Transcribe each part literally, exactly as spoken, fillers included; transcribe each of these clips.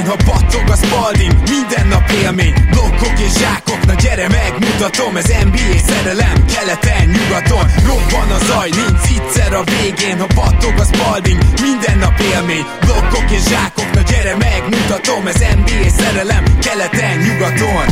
végén, ha battog a Spalding, minden nap élmény, blokkok és zsákok, na gyere megmutatom, ez en bé á szerelem, keleten, nyugaton, robban a zaj, nincs egyszer a végén, ha battog a Spalding, minden nap élmény, blokkok és zsákok, na gyere megmutatom, ez en bé á szerelem, keleten, nyugaton.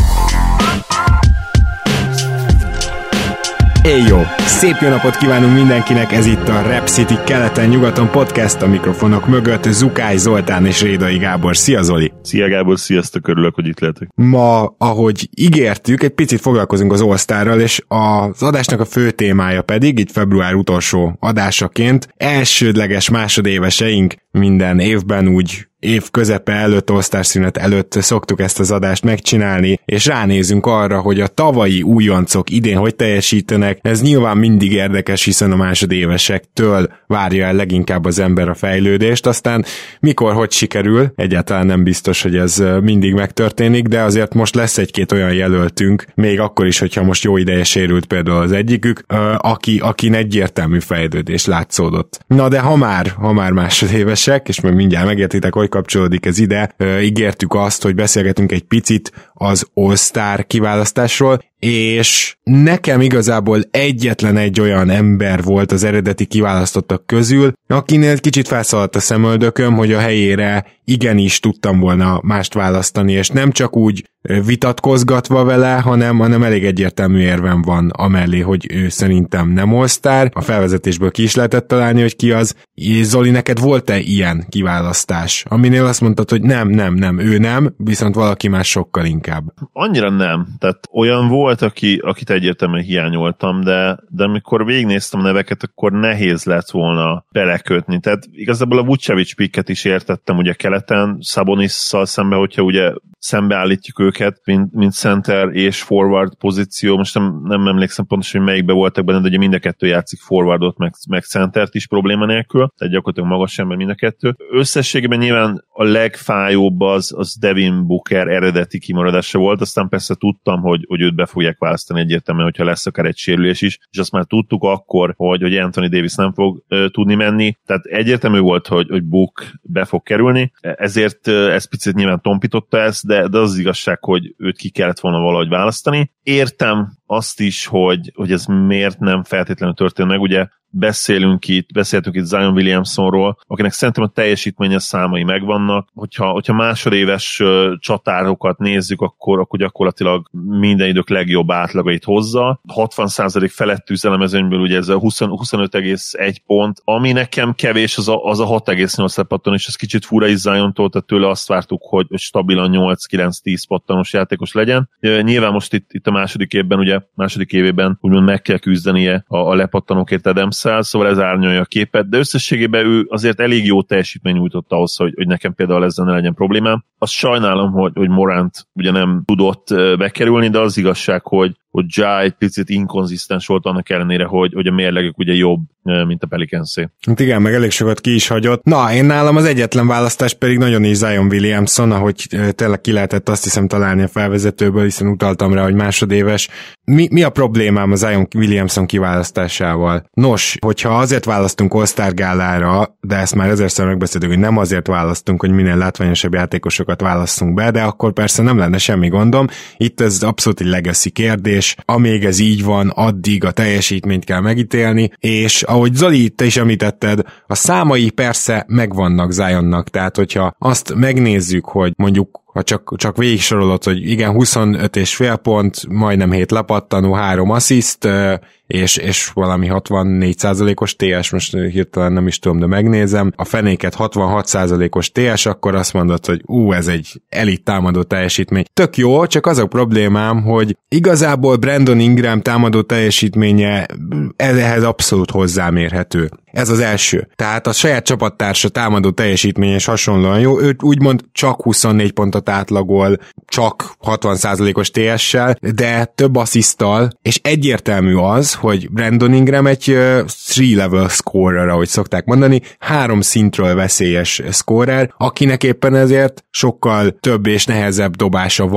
Éj jó! Szép jó napot kívánunk mindenkinek, ez itt a Rap City keleten-nyugaton podcast, a mikrofonok mögött Zukály Zoltán és Rédai Gábor. Szia Zoli! Szia Gábor, sziasztok, örülök, hogy itt lehetek. Ma, ahogy ígértük, egy picit foglalkozunk az All-Starral, és az adásnak a fő témája pedig, így február utolsó adásaként, elsődleges másodéveseink minden évben úgy év közepe előtt, All-Star szünet előtt szoktuk ezt az adást megcsinálni, és ránézünk arra, hogy a tavalyi újoncok idén hogy teljesítenek. Ez nyilván mindig érdekes, hiszen a másodévesektől várja el leginkább az ember a fejlődést, aztán mikor, hogy sikerül, egyáltalán nem biztos, hogy ez mindig megtörténik, de azért most lesz egy-két olyan jelöltünk, még akkor is, hogyha most jó ideje sérült például az egyikük, aki, akin egyértelmű fejlődés látszódott. Na de ha már, ha már másodévesek, és majd mindjárt megértitek, hogy kapcsolódik ez ide, ígértük azt, hogy beszélgetünk egy picit az All-Star kiválasztásról, és nekem igazából egyetlen egy olyan ember volt az eredeti kiválasztottak közül, akinél kicsit felszaladt a szemöldököm, hogy a helyére igenis tudtam volna mást választani, és nem csak úgy vitatkozgatva vele, hanem, hanem elég egyértelmű érvem van amellé, hogy ő szerintem nem All-Star. A felvezetésből ki is lehetett találni, hogy ki az. És Zoli, neked volt-e ilyen kiválasztás, aminél azt mondtad, hogy nem, nem, nem, ő nem, viszont valaki más sokkal inkább? Annyira nem. Tehát olyan volt, aki, akit egyértelműen hiányoltam, de, de amikor végignéztem a neveket, akkor nehéz lett volna belekötni. Tehát igazából a Vucevic picket is értettem ugye keleten, Szabonisszal szembe, hogyha ugye szembeállítjuk őket, mint, mint center és forward pozíció. Most nem, nem emlékszem pontosan, hogy melyikbe voltak benne, de ugye mind a kettő játszik forwardot, meg, meg centert is probléma nélkül, tehát gyakorlatilag magas ember mind a kettő. Összességében nyilván a legfájóbb az, az Devin Booker eredeti kimaradása volt, aztán persze tudtam, hogy, hogy őt be fogják választani egyértelműen, hogyha lesz akár egy sérülés is, és azt már tudtuk akkor, hogy, hogy Anthony Davis nem fog uh, tudni menni, tehát egyértelmű volt, hogy, hogy Book be fog kerülni, ezért uh, ez picit nyilván tompította ezt, de, de az, az igazság, hogy őt ki kellett volna valahogy választani. Értem azt is, hogy, hogy ez miért nem feltétlenül történt meg, ugye beszélünk itt, beszéltünk itt Zion Williamsonról, akinek szerintem a teljesítménye számai megvannak, hogyha, hogyha másodéves uh, csatárokat nézzük, akkor, akkor gyakorlatilag minden idők legjobb átlagait hozza. hatvan százalék felett üzelemezőnyből ugye ez a húsz, huszonöt egész egy pont, ami nekem kevés, az a, az a hat egész nyolc pattan, és ez kicsit fura is Ziontól, tehát tőle azt vártuk, hogy, hogy stabilan nyolc kilenc tíz pattanos játékos legyen. Nyilván most itt, itt a második évben, ugye második évében úgymond meg kell küzdenie a, a lepattanókért Adams-szel, szóval ez árnyalja a képet, de összességében ő azért elég jó teljesítmény nyújtott ahhoz, hogy, hogy nekem például ezzel ne legyen problémám. Azt sajnálom, hogy, hogy Morant ugye nem tudott bekerülni, de az igazság, hogy hogy Ja egy picit inkonzisztens volt annak ellenére, hogy, hogy a mérlegük ugye jobb, mint a Pelicansé. Hát igen, meg elég sokat ki is hagyott. Na, én nálam az egyetlen választás pedig nagyon is Zion Williamson, ahogy tényleg ki lehetett azt hiszem találni a felvezetőből, hiszen utaltam rá, hogy másodéves. Mi, mi a problémám a Zion Williamson kiválasztásával? Nos, hogyha azért választunk All-Star gálára, de ezt már ezerszer megbeszéltük, hogy nem azért választunk, hogy minél látványosabb játékosokat válasszunk be, de akkor persze nem lenne semmi gondom. Itt ez abszolút egy legacy kérdés, és amíg ez így van, addig a teljesítményt kell megítélni, és ahogy Zoli, te is említetted, a számai persze megvannak Zionnak, tehát hogyha azt megnézzük, hogy mondjuk ha csak, csak végig sorolod, hogy igen, huszonöt és fél pont, majdnem hét lepattanó, három assziszt, és, és valami hatvannégy százalékos té es, most hirtelen nem is tudom, de megnézem, a fenéket hatvanhat százalékos té es, akkor azt mondod, hogy ú, ez egy elit támadó teljesítmény. Tök jó, csak az a problémám, hogy igazából Brandon Ingram támadó teljesítménye ehhez abszolút hozzámérhető. Ez az első. Tehát a saját csapattársa támadó teljesítménye is hasonlóan jó, ő úgymond csak huszonnégy pontot átlagol, csak hatvan százalékos té es-sel, de több assziszttal, és egyértelmű az, hogy Brandon Ingram egy uh, three-level scorer, ahogy szokták mondani, három szintről veszélyes scorer, akinek éppen ezért sokkal több és nehezebb dobása van.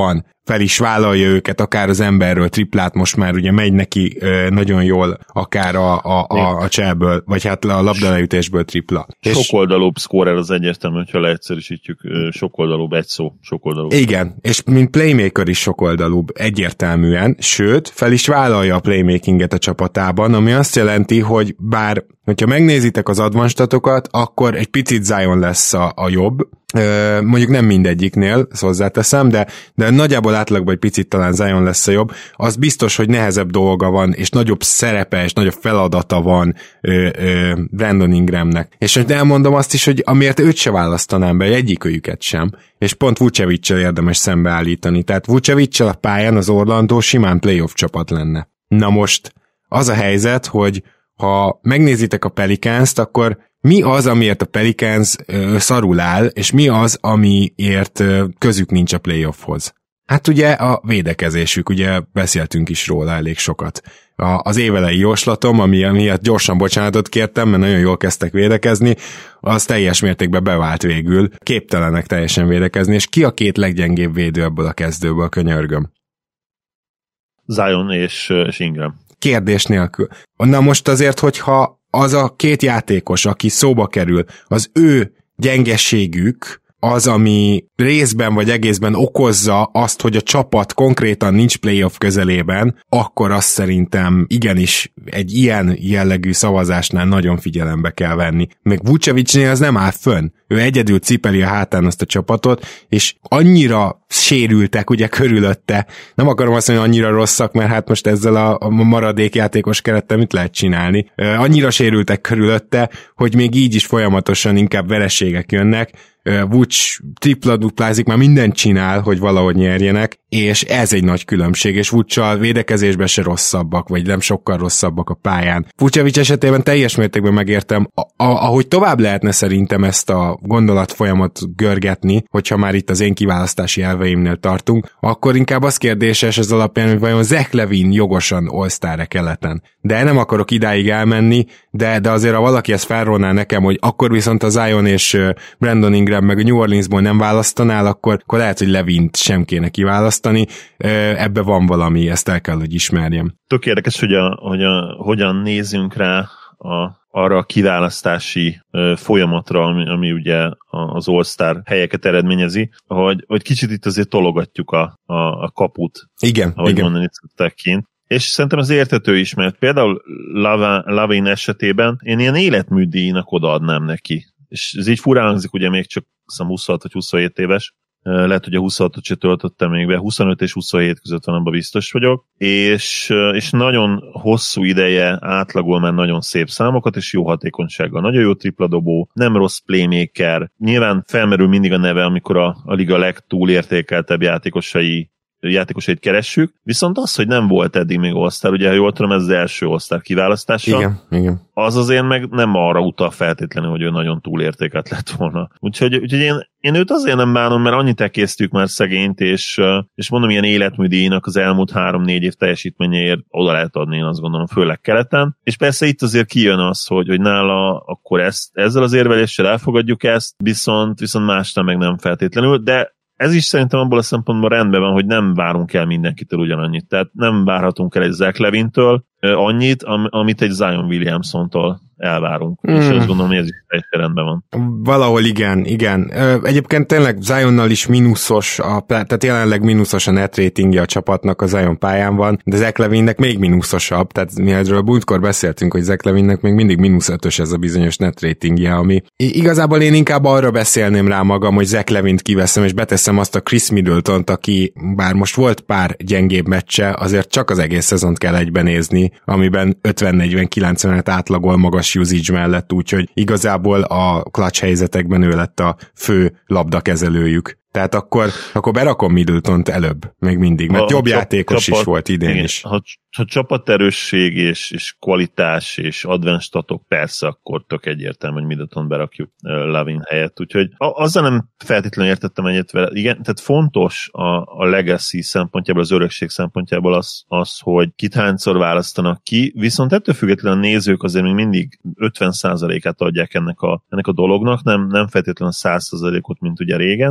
fel is vállalja őket, akár az emberről triplát most már ugye megy neki ö, nagyon jól, akár a, a, a, a cselből, vagy hát a labdaleütésből tripla. Sokoldalúbb scorer az egyértelmű, hogyha leegyszerűsítjük, sokoldalúbb, egy szó, sokoldalúbb. Igen, és mint playmaker is sokoldalúbb egyértelműen, sőt, fel is vállalja a playmakinget a csapatában, ami azt jelenti, hogy bár, hogyha megnézitek az advanstatokat, akkor egy picit Zion lesz a, a jobb, Ö, mondjuk nem mindegyiknél, ezt hozzáteszem, de, de nagyjából átlagban egy picit talán Zion lesz a jobb, az biztos, hogy nehezebb dolga van, és nagyobb szerepe, és nagyobb feladata van ö, ö, Brandon Ingramnek. És most elmondom azt is, hogy amiért őt se választanám be, egyikőjüket sem, és pont Vucevic-sel érdemes szembeállítani. Tehát Vucevic-sel a pályán az Orlando simán playoff csapat lenne. Na most az a helyzet, hogy ha megnézitek a Pelicans-t, akkor mi az, amiért a Pelicans ö, szarul áll, és mi az, amiért ö, közük nincs a playoffhoz? Hát ugye a védekezésük, ugye beszéltünk is róla elég sokat. A, az évelei jóslatom, ami miatt gyorsan bocsánatot kértem, mert nagyon jól kezdtek védekezni, az teljes mértékben bevált végül. Képtelenek teljesen védekezni, és ki a két leggyengébb védő ebből a kezdőből, könyörgöm? Zion és, és Ingram. Kérdés nélkül. Na most azért, hogyha az a két játékos, aki szóba kerül, az ő gyengeségük az, ami részben vagy egészben okozza azt, hogy a csapat konkrétan nincs playoff közelében, akkor azt szerintem igenis egy ilyen jellegű szavazásnál nagyon figyelembe kell venni. Meg Vucevicnél az nem áll fönn. Ő egyedül cipeli a hátán azt a csapatot, és annyira sérültek ugye körülötte. Nem akarom azt mondani, hogy annyira rosszak, mert hát most ezzel a maradék játékos kerettel mit lehet csinálni. Annyira sérültek körülötte, hogy még így is folyamatosan inkább vereségek jönnek. Vuc tripla-duplázik, már mindent csinál, hogy valahogy nyerjenek, és ez egy nagy különbség, és Vuccal védekezésben se rosszabbak, vagy nem sokkal rosszabbak a pályán. Vucevic esetében teljes mértékben megértem, a- a- ahogy tovább lehetne szerintem ezt a gondolatfolyamat görgetni, hogyha már itt az én kiválasztási elveimnél tartunk, akkor inkább az kérdéses az alapján, hogy vajon Zach Levine jogosan all-star-e keleten. De nem akarok idáig elmenni, de, de azért ha valaki ezt felrólná nekem, hogy akkor viszont a Zion és Brandon Ingram meg a New Orleansból nem választanál, akkor, akkor lehet, hogy Levint sem kéne kiválasztani. Ebbe van valami, ezt el kell, hogy ismerjem. Tök érdekes, hogy, a, hogy a, hogyan nézünk rá a, arra a kiválasztási ö, folyamatra, ami, ami ugye az All-Star helyeket eredményezi, hogy, hogy kicsit itt azért tologatjuk a, a, a kaput. Igen, ahogy igen. mondani szokták kint. És szerintem ez érthető is, mert például Lavin esetében én ilyen életműdíjnak odaadnám neki. És ez így furán hangzik, ugye még csak huszonhat vagy huszonhét éves, lehet, hogy a huszonhatot se töltöttem még be, huszonöt és huszonhét között van, abban biztos vagyok, és, és nagyon hosszú ideje átlagol már nagyon szép számokat, és jó hatékonysággal. Nagyon jó tripladobó, nem rossz playmaker. Nyilván felmerül mindig a neve, amikor a, a liga legtúlértékeltebb játékosai játékosait keressük, viszont az, hogy nem volt eddig még All-Star, ugye ha jól tudom, ez az első All-Star kiválasztása, igen, igen. Az azért meg nem arra utal feltétlenül, hogy ő nagyon túlértéket lett volna. Úgyhogy, úgyhogy én, én őt azért nem bánom, mert annyit elkésztük már szegényt, és, és mondom, ilyen életműdíjnak az elmúlt három-négy év teljesítményéért oda lehet adni, én azt gondolom, főleg keleten. És persze itt azért kijön az, hogy, hogy nála akkor ezt, ezzel az érveléssel elfogadjuk ezt, viszont, viszont másnál meg nem feltétlenül, de ez is szerintem abból a szempontból rendben van, hogy nem várunk el mindenkitől ugyanannyit. Tehát nem várhatunk el egy Zach Levintől annyit, amit egy Zion Williamsontól elvárunk. Mm. És azt gondolom, hogy ez is teljesen rendben van. Valahol igen, igen. Egyébként tényleg Zionnal is mínuszos, a, tehát jelenleg mínuszos a net ratingje a csapatnak a Zion pályán van, de Zach Levinnek még mínuszosabb, tehát mi erről a múltkor beszéltünk, hogy Zach Levinnek még mindig mínusz ötös ez a bizonyos net ratingje, ami igazából én inkább arra beszélném rá magam, hogy Zach Levint kiveszem, és beteszem azt a Chris Middletont, aki bár most volt pár gyengébb meccse, azért csak az egész szezont kell egyben nézni, amiben ötven negyven kilencvenet átlagol magas usage mellett, úgyhogy igazából a clutch helyzetekben ő lett a fő labdakezelőjük. Tehát akkor, akkor berakom Middletont előbb, még mindig, mert ha, jobb ha játékos csapat, is volt idén igen, is. Ha, ha csapaterősség és, és kvalitás és advanced statok, persze, akkor tök egyértelmű, hogy Middletont berakjuk uh, Lavin helyett. Úgyhogy a, azzal nem feltétlenül értettem egyet vele. Igen, tehát fontos a, a legacy szempontjából, az örökség szempontjából az, az, hogy kit hányszor választanak ki, viszont ettől függetlenül a nézők azért még mindig ötven százalékát adják ennek a, ennek a dolognak, nem, nem feltétlenül száz százalékot, mint ugye régen, hanem ötven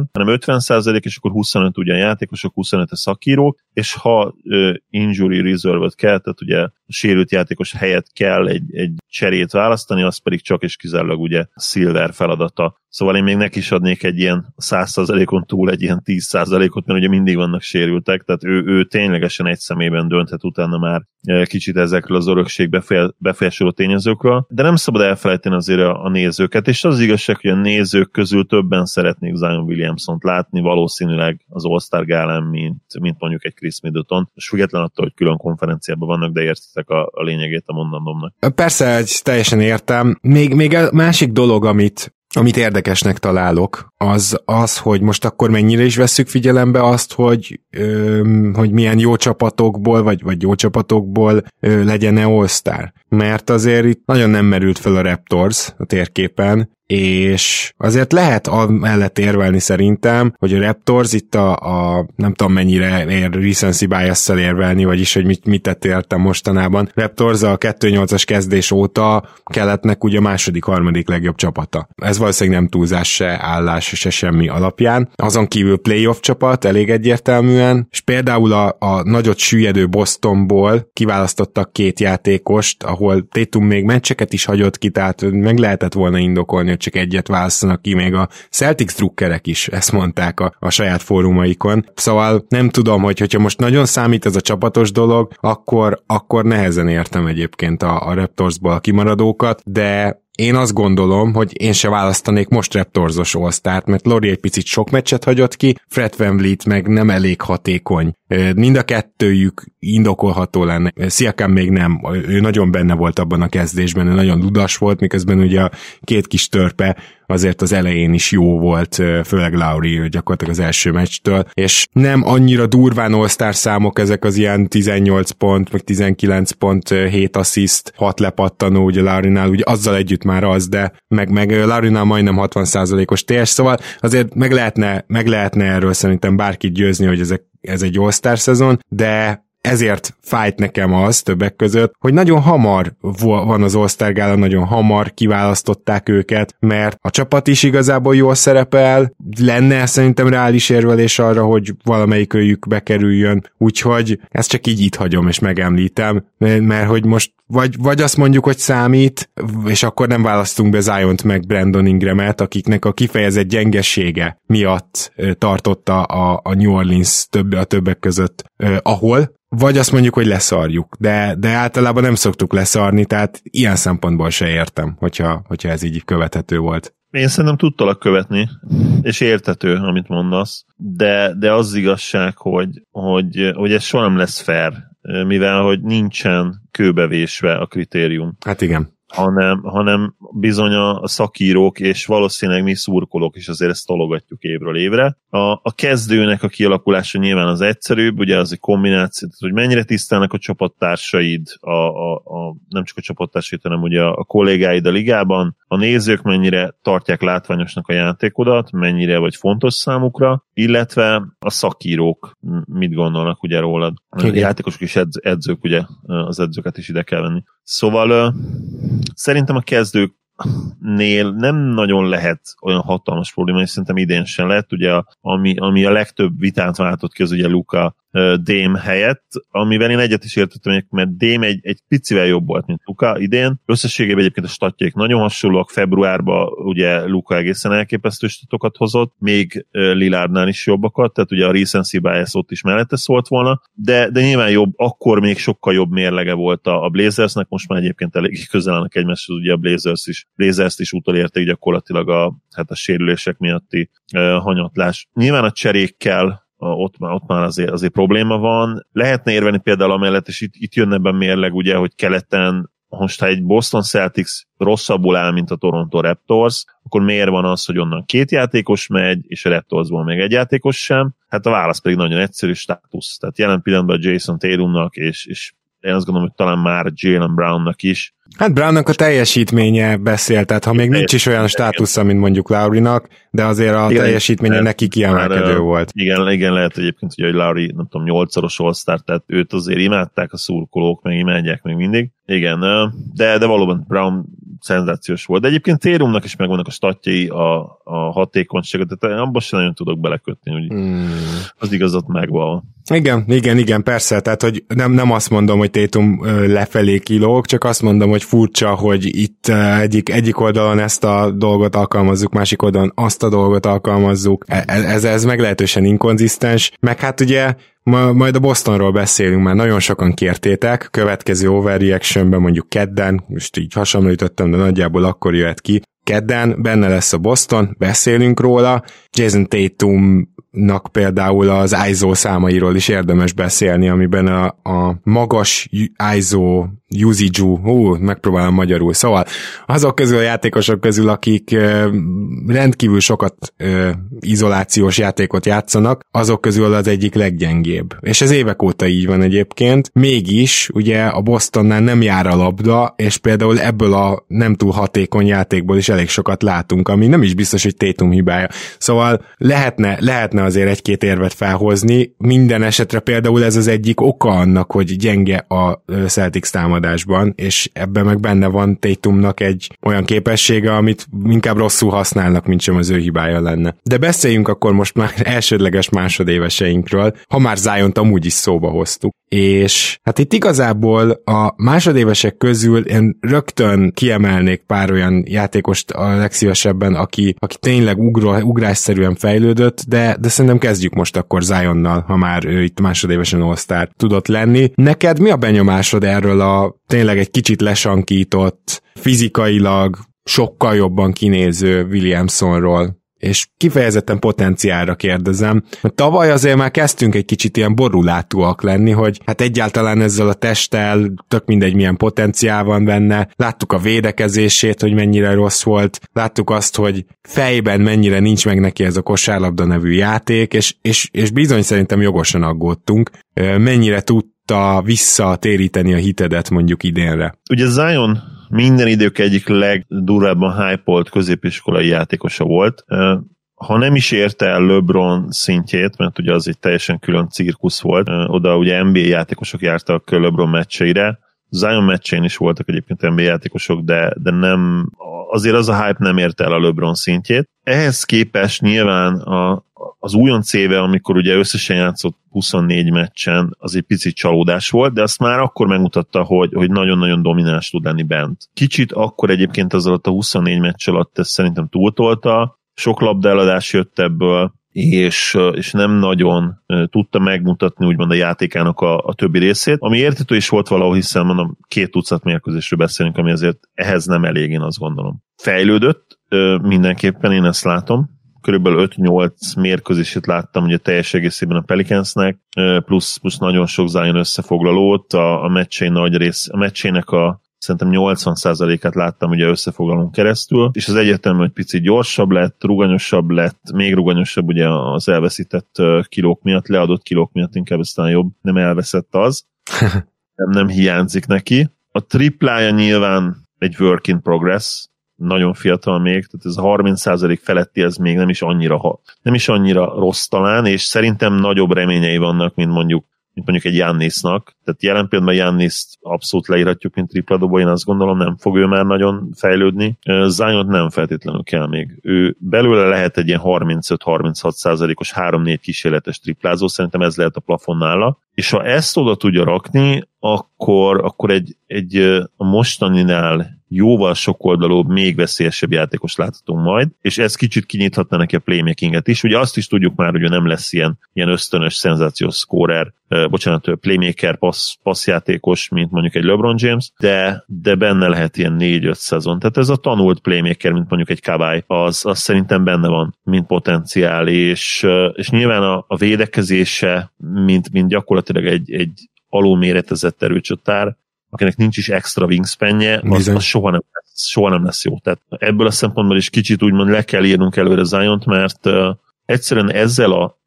hetven százalék, és akkor huszonöt ugye játékosok, huszonöt a szakírók, és ha uh, injury reserve-öt kell, tehát ugye a sérült játékos helyett kell egy, egy cserét választani, az pedig csak és kizárólag ugye Silver feladata. Szóval én még neki is adnék egy ilyen száz százalékon túl egy ilyen tíz százalékot, mert ugye mindig vannak sérültek, tehát ő, ő ténylegesen egy személyben dönthet utána már kicsit ezekről az örökség befél, befolyásoló tényezőkről, de nem szabad elfelejteni azért a, a nézőket, és az igazság, hogy a nézők közül többen szeretnék Zion Williamsont látni, valószínűleg az All-Star gálán, mint, mint mondjuk egy Chris Middleton, és független attól, hogy külön konferenciában vannak, de értitek a, a lényegét a mondanomnak. Persze, teljesen értem. Még, még a másik dolog, amit Amit érdekesnek találok, az az, hogy most akkor mennyire is vesszük figyelembe azt, hogy, ö, hogy milyen jó csapatokból, vagy, vagy jó csapatokból ö, legyen-e All-Star. Mert azért itt nagyon nem merült fel a Raptors a térképen, és azért lehet mellett érvelni szerintem, hogy a Raptors itt a, a nem tudom mennyire ér recency bias-szel érvelni, vagyis hogy mit, mit tett értem mostanában. Raptors a kettő nyolcas kezdés óta keletnek ugye a második, harmadik legjobb csapata. Ez valószínűleg nem túlzás se, állás se semmi alapján. Azon kívül playoff csapat elég egyértelműen, és például a, a nagyot süllyedő Bostonból kiválasztottak két játékost, ahol Tatum még meccseket is hagyott ki, tehát meg lehetett volna indokolni, hogy csak egyet választanak ki, még a Celtics drukkerek is ezt mondták a, a saját fórumaikon. Szóval nem tudom, hogy hogyha most nagyon számít ez a csapatos dolog, akkor, akkor nehezen értem egyébként a, a Raptorsból a kimaradókat, de én azt gondolom, hogy én se választanék most Raptorsos All-Start, mert Lori egy picit sok meccset hagyott ki, Fred VanVleet meg nem elég hatékony. Mind a kettőjük indokolható lenne. Siakam még nem, ő nagyon benne volt abban a kezdésben, ő nagyon ludas volt, miközben ugye a két kis törpe azért az elején is jó volt, főleg Lowry gyakorlatilag az első meccstől, és nem annyira durván All-Star számok ezek az ilyen tizennyolc pont, meg tizenkilenc pont, hét assziszt, hat lepattanó, ugye Lowrynál, ugye azzal együtt már az, de meg, meg Lowrynál majdnem hatvan százalékos té es, szóval azért meg lehetne, meg lehetne erről szerintem bárkit győzni, hogy ezek, ez egy All-Star szezon, de ezért fájt nekem az többek között, hogy nagyon hamar van az All-Star gála, nagyon hamar kiválasztották őket, mert a csapat is igazából jól szerepel, lenne szerintem reális érvelés arra, hogy valamelyik őjük bekerüljön, úgyhogy ezt csak így itt hagyom és megemlítem, mert hogy most vagy, vagy azt mondjuk, hogy számít, és akkor nem választunk be Ziont meg Brandon Ingramet, akiknek a kifejezett gyengessége miatt tartotta a, a New Orleans több, a többek között eh, ahol, vagy azt mondjuk, hogy leszarjuk, de, de általában nem szoktuk leszarni, tehát ilyen szempontból se értem, hogyha, hogyha ez így követhető volt. Én szerintem tudtalak követni, és értető, amit mondasz, de, de az igazság, hogy, hogy, hogy ez soha nem lesz fair, mivel hogy nincsen kőbevésve a kritérium. Hát igen. Hanem, hanem bizony a szakírók, és valószínűleg mi szurkolók is azért ezt tologatjuk évről évre. A, a kezdőnek a kialakulása nyilván az egyszerűbb, ugye az egy kombináció, hogy mennyire tisztelnek a csapattársaid, a, a, a, nem csak a csapattársaid, hanem ugye a, a kollégáid a ligában, a nézők mennyire tartják látványosnak a játékodat, mennyire vagy fontos számukra, illetve a szakírók mit gondolnak ugye rólad. A játékosok és edz, edzők, ugye az edzőket is ide kell venni. Szóval szerintem a kezdőknél nem nagyon lehet olyan hatalmas probléma, és szerintem idén sem lett, ugye, ami, ami a legtöbb vitát váltott ki, az ugye Luka Dame helyett, amivel én egyet is értettem, mert Dame egy, egy picivel jobb volt, mint Luka idén. Összességében egyébként a statjaik nagyon hasonlóak, februárban ugye Luka egészen elképesztő statokat hozott, még Lillardnál is jobbakat, tehát ugye a recency bias ott is mellette szólt volna, de, de nyilván jobb, akkor még sokkal jobb mérlege volt a, a Blazersnek, most már egyébként elég közel állnak egymáshoz, ugye a Blazers is, Blazers is utolérte gyakorlatilag a, hát a sérülések miatti uh, hanyatlás. Nyilván a cserékkel Ott már, ott már azért, azért probléma van. Lehetne érvelni például amellett, és itt, itt jönne be mérleg, ugye, hogy keleten, most ha egy Boston Celtics rosszabbul áll, mint a Toronto Raptors, akkor miért van az, hogy onnan két játékos megy, és a Raptorsból még egy játékos sem? Hát a válasz pedig nagyon egyszerű, státusz. Tehát jelen pillanatban Jason Tatumnak, és, és én azt gondolom, hogy talán már Jaylen Brownnak is. Hát Brownnak a teljesítménye beszél, tehát ha még nincs is olyan státusza, mint mondjuk Lowrynak, de azért a igen, teljesítménye igen, neki kiemelkedő volt. Igen, igen, lehet egyébként, hogy Lowry, nem tudom, nyolcszoros All-Star, tehát őt azért imádták a szurkolók, meg imádják még mindig. Igen, de, de valóban Brown szenzációs volt. De egyébként Térumnak is megvannak a statjai, a, a hatékonyságot, tehát abban sem nagyon tudok belekötni, úgy hmm. az igazat megvan. Igen, igen, igen, persze, tehát hogy nem, nem azt mondom, hogy Tatum lefelé kilóg, csak azt mondom, hogy furcsa, hogy itt egyik, egyik oldalon ezt a dolgot alkalmazzuk, másik oldalon azt a dolgot alkalmazzuk, ez, ez meglehetősen inkonzisztens, meg hát ugye Ma, majd a Bostonról beszélünk, már nagyon sokan kértétek, következő overreactionben mondjuk kedden, most így hasonlítottam, de nagyjából akkor jöhet ki, kedden benne lesz a Boston, beszélünk róla, Jason Tatumnak például az i es o számairól is érdemes beszélni, amiben a, a magas i es o usage-ú, hú, megpróbálom magyarul, szóval azok közül a játékosok közül, akik uh, rendkívül sokat uh, izolációs játékot játszanak, azok közül az egyik leggyengébb. És ez évek óta így van egyébként. Mégis, ugye a Bostonnál nem jár a labda, és például ebből a nem túl hatékony játékból is elég sokat látunk, ami nem is biztos, hogy Tatum hibája. Szóval lehetne, lehetne azért egy-két érvet felhozni. Minden esetre például ez az egyik oka annak, hogy gyenge a Celtics támadásban, és ebben meg benne van Tatumnak egy olyan képessége, amit inkább rosszul használnak, mint sem az ő hibája lenne. De beszéljünk akkor most már elsődleges másodéveseinkről, ha már Ziont amúgy is szóba hoztuk. És hát itt igazából a másodévesek közül én rögtön kiemelnék pár olyan játékost a legszívesebben, aki, aki tényleg ugro, ugrásszerűen fejlődött, de, de szerintem kezdjük most akkor Zionnal, ha már ő itt másodévesen All-Star tudott lenni. Neked mi a benyomásod erről a tényleg egy kicsit lesankított, fizikailag sokkal jobban kinéző Williamsonról? És kifejezetten potenciálra kérdezem, mert tavaly azért már kezdtünk egy kicsit ilyen borulátúak lenni, hogy hát egyáltalán ezzel a testtel tök mindegy milyen potenciál van benne, láttuk a védekezését, hogy mennyire rossz volt, láttuk azt, hogy fejben mennyire nincs meg neki ez a kosárlabda nevű játék, és, és, és bizony szerintem jogosan aggódtunk, mennyire tudta visszatéríteni a hitedet mondjuk idénre. Ugye Zion minden idők egyik legdurvábban hype-olt középiskolai játékosa volt. Ha nem is érte el LeBron szintjét, mert ugye az egy teljesen külön cirkusz volt, oda ugye en bé á játékosok jártak LeBron meccseire, Zion meccsein is voltak egyébként en bé á játékosok, de, de nem, azért az a hype nem érte el a LeBron szintjét. Ehhez képest nyilván a, az újonc éve, amikor ugye összesen játszott huszonnégy meccsen, az egy picit csalódás volt, de azt már akkor megmutatta, hogy, hogy nagyon-nagyon domináns tud lenni bent. Kicsit akkor egyébként az alatt a huszonnégy meccs alatt ezt szerintem túltolta, sok labdaeladás jött ebből, és, és nem nagyon tudta megmutatni úgymond a játékának a, a többi részét, ami érthető is volt valahol, hiszen mondom, két tucat mérkőzésről beszélünk, ami azért ehhez nem elég, én azt gondolom. Fejlődött mindenképpen, én ezt látom, körülbelül öt-nyolc mérkőzését láttam ugye teljes egészében a Pelicansnek, plusz, plusz nagyon sok Zion összefoglalót, a, a meccsén nagy rész, a meccsének a szerintem nyolcvan százalékát láttam ugye összefoglalón keresztül, és az egyértelmű, hogy picit gyorsabb lett, ruganyosabb lett, még ruganyosabb ugye az elveszített kilók miatt, leadott kilók miatt, inkább aztán jobb, nem elveszett az, nem, nem hiányzik neki. A triplája nyilván egy work in progress, nagyon fiatal még, tehát ez a harminc százalék feletti, ez még nem is annyira, nem is annyira rossz talán, és szerintem nagyobb reményei vannak, mint mondjuk mint mondjuk egy Giannisnak. Tehát jelen pillanatban Giannist abszolút leírhatjuk, mint tripladobó, én azt gondolom, nem fog ő már nagyon fejlődni. Ziont nem feltétlenül kell még. Ő belőle lehet egy ilyen harmincöt-harminchat százalékos három-négy kísérletes triplázó, szerintem ez lehet a plafon nála. És ha ezt oda tudja rakni, akkor, akkor egy, egy a mostaninál jóval sokoldalúbb, még veszélyesebb játékos láthatunk majd, és ez kicsit kinyithatna neki a playmakinget is. Ugye azt is tudjuk már, hogy nem lesz ilyen, ilyen ösztönös, szenzációs scorer, uh, bocsánat, playmaker, passz, passzjátékos, mint mondjuk egy LeBron James, de, de benne lehet ilyen négy-öt szezon. Tehát ez a tanult playmaker, mint mondjuk egy Kawhi, az, az szerintem benne van, mint potenciál, és, uh, és nyilván a, a védekezése, mint, mint gyakorlatilag egy, egy alulméretezett erőcsatár, akinek nincs is extra wingspanje, az, az soha, nem lesz, soha nem lesz jó. Tehát ebből a szempontból is kicsit úgymond le kell írnunk előre Ziont, mert uh, egyszerűen ezzel a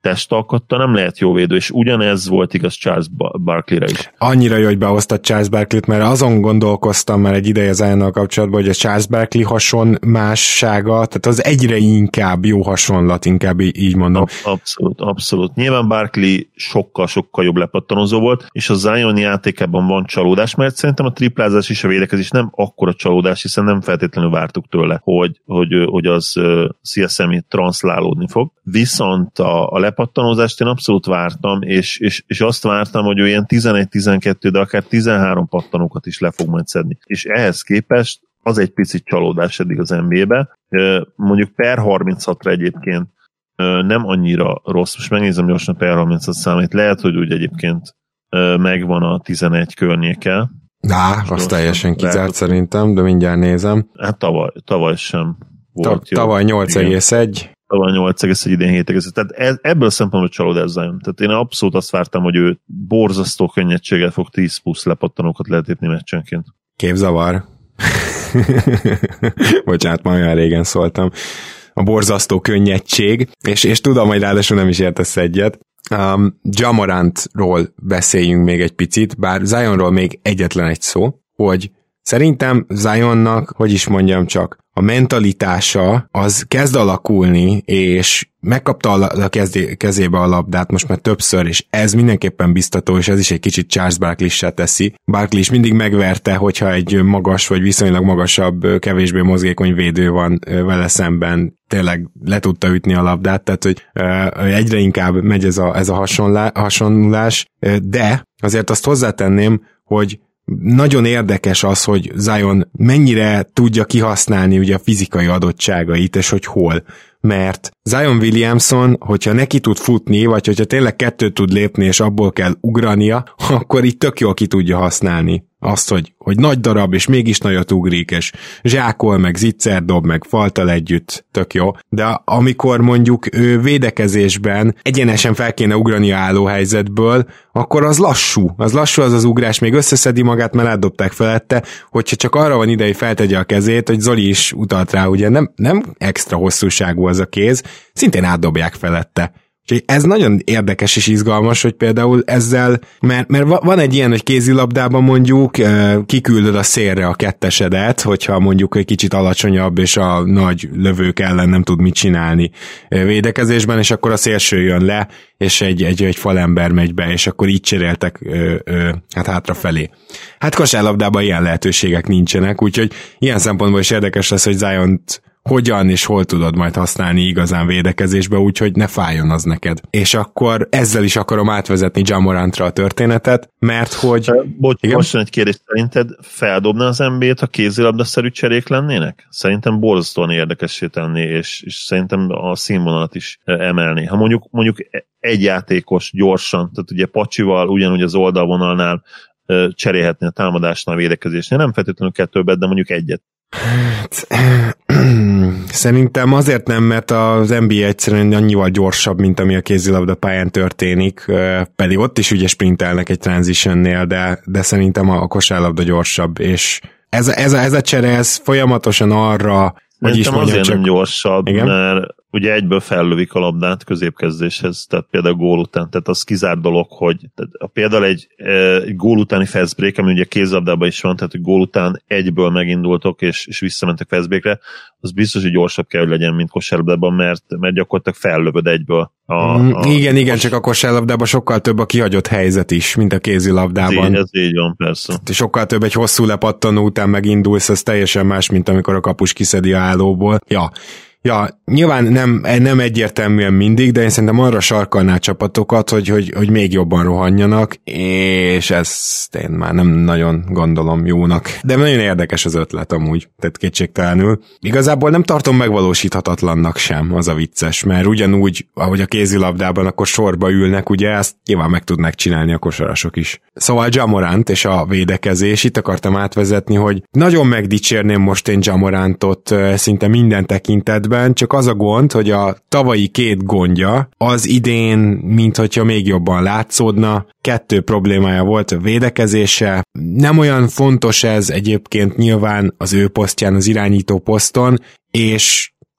testalkattal nem lehet jó védő, és ugyanez volt igaz Charles Barkley-re is. Annyira jó, hogy behoztad Charles Barkley-t, mert azon gondolkoztam már egy ideje Zionnal kapcsolatban, hogy a Charles Barkley hasonmássága, tehát az egyre inkább jó hasonlat, inkább így mondom. Abszolút, abszolút. Nyilván Barkley sokkal-sokkal jobb lepattanozó volt, és a Zion játékában van csalódás, mert szerintem a triplázás és a védekezés nem akkora csalódás, hiszen nem feltétlenül vártuk tőle, hogy, hogy, hogy az cé es em-i transzlálódni fog. Viszont a, a lepattanózást én abszolút vártam, és, és, és azt vártam, hogy ő ilyen tizenegy-tizenkettő, de akár tizenhárom pattanókat is le fog majd szedni. És ehhez képest az egy picit csalódás eddig az en bé á-be. Mondjuk per harmincatra egyébként nem annyira rossz. Most megnézem gyorsan a per harminchat számít. Lehet, hogy úgy egyébként megvan a tizenegy környéke. Á, az teljesen kizárt lehet, szerintem, de mindjárt nézem. Hát tavaly, tavaly sem volt Ta- Tavaly nyolc egész egy. Tavaly nyolc egész egy, idén hét egész egy. Tehát ez, ebből a szempontból csalódás Zion. Tehát én abszolút azt vártam, hogy ő borzasztó könnyedséggel fog tíz plusz lepattanókat letépni meccsenként. Képzavar. Bocsánat, már olyan régen szóltam. A borzasztó könnyedség, és, és tudom, hogy ráadásul nem is értesz egyet. Um, Ja Morantról beszéljünk még egy picit, bár Zionról még egyetlen egy szó, hogy szerintem Zionnak, hogy is mondjam csak, a mentalitása az kezd alakulni, és megkapta a kezébe a labdát most már többször, és ez mindenképpen biztató, és ez is egy kicsit Charles Barkley-sá teszi. Barkley is mindig megverte, hogyha egy magas, vagy viszonylag magasabb, kevésbé mozgékony védő van vele szemben, tényleg le tudta ütni a labdát, tehát hogy egyre inkább megy ez a, ez a hasonlás, de azért azt hozzátenném, hogy nagyon érdekes az, hogy Zion mennyire tudja kihasználni ugye a fizikai adottságait, és hogy hol. Mert Zion Williamson, hogyha neki tud futni, vagy hogyha tényleg kettőt tud lépni, és abból kell ugrania, akkor itt tök jól ki tudja használni azt, hogy, hogy nagy darab, és mégis nagyot ugrik, és zsákol, meg zicser dob, meg faltal együtt, tök jó. De amikor mondjuk ő védekezésben egyenesen fel kéne ugrani a állóhelyzetből, akkor az lassú. Az lassú az az ugrás, még összeszedi magát, mert átdobták felette, hogyha csak arra van ide, hogy feltegye a kezét, hogy Zoli is utalt rá, ugye nem, nem extra hosszúságú az a kéz, szintén átdobják felette. Úgyhogy ez nagyon érdekes és izgalmas, hogy például ezzel, mert, mert van egy ilyen, hogy kézilabdában mondjuk kiküldöd a szélre a kettesedet, hogyha mondjuk egy kicsit alacsonyabb, és a nagy lövők ellen nem tud mit csinálni védekezésben, és akkor a szélső jön le, és egy, egy, egy falember megy be, és akkor így cseréltek ö, ö, hát hátrafelé. Hát kosárlabdában ilyen lehetőségek nincsenek, úgyhogy ilyen szempontból is érdekes lesz, hogy Ziont hogyan és hol tudod majd használni igazán védekezésbe, úgyhogy ne fájjon az neked. És akkor ezzel is akarom átvezetni Ja Morantra a történetet, mert hogy... Bocs, most egy kérdés, szerinted feldobna az en bé á-t, ha kézilabdaszerű cserék lennének? Szerintem borzasztóan érdekessé tenni, és, és szerintem a színvonalat is emelni. Ha mondjuk, mondjuk egy játékos gyorsan, tehát ugye Pacsival ugyanúgy az oldalvonalnál cserélhetni a támadásnál, a védekezésnél, nem feltétlenül kell többet, de mondjuk egyet. Hát, szerintem azért nem, mert az en bé á egyszerűen annyival gyorsabb, mint ami a kézilabda pályán történik, pedig ott is ugye sprintelnek egy transitionnél, de, de szerintem a kosárlabda gyorsabb, és ez, ez, ez a csere, ez folyamatosan arra, hogy is mondjam, azért csak... nem gyorsabb, igen? Mert ugye egyből fellövik a labdát középkezdéshez, tehát például gól után, tehát az kizárt dolog, hogy például egy, egy gól utáni fast break, ami ugye kézlabdában is van, tehát hogy gól után egyből megindultok, és, és visszamentek fast breakre, az biztos, hogy gyorsabb kell, hogy legyen, mint kosárlabdában, mert, mert gyakorlatilag fellövöd egyből. A, a, igen, igen, csak a kosárlabdában sokkal több a kihagyott helyzet is, mint a kézilabdában. Ez, ez így van, persze. Sokkal több egy hosszú lepattanó után megindulsz, ez teljesen más, mint amikor a kapus kiszedi a állóból. Ja, Ja, nyilván nem, nem egyértelműen mindig, de én szerintem arra sarkalná csapatokat, hogy, hogy, hogy még jobban rohanjanak, és ezt én már nem nagyon gondolom jónak. De nagyon érdekes az ötlet amúgy, tehát kétségtelenül. Igazából nem tartom megvalósíthatatlannak sem, az a vicces, mert ugyanúgy, ahogy a kézilabdában, akkor sorba ülnek, ugye ezt nyilván meg tudnak csinálni a kosarasok is. Szóval Ja Morant és a védekezés, itt akartam átvezetni, hogy nagyon megdicsérném most én Ja Morantot szinte minden tekintetben, csak az a gond, hogy a tavalyi két gondja az idén, mint hogyha még jobban látszódna, kettő problémája volt a védekezése, nem olyan fontos ez egyébként nyilván az ő posztján, az irányító poszton, és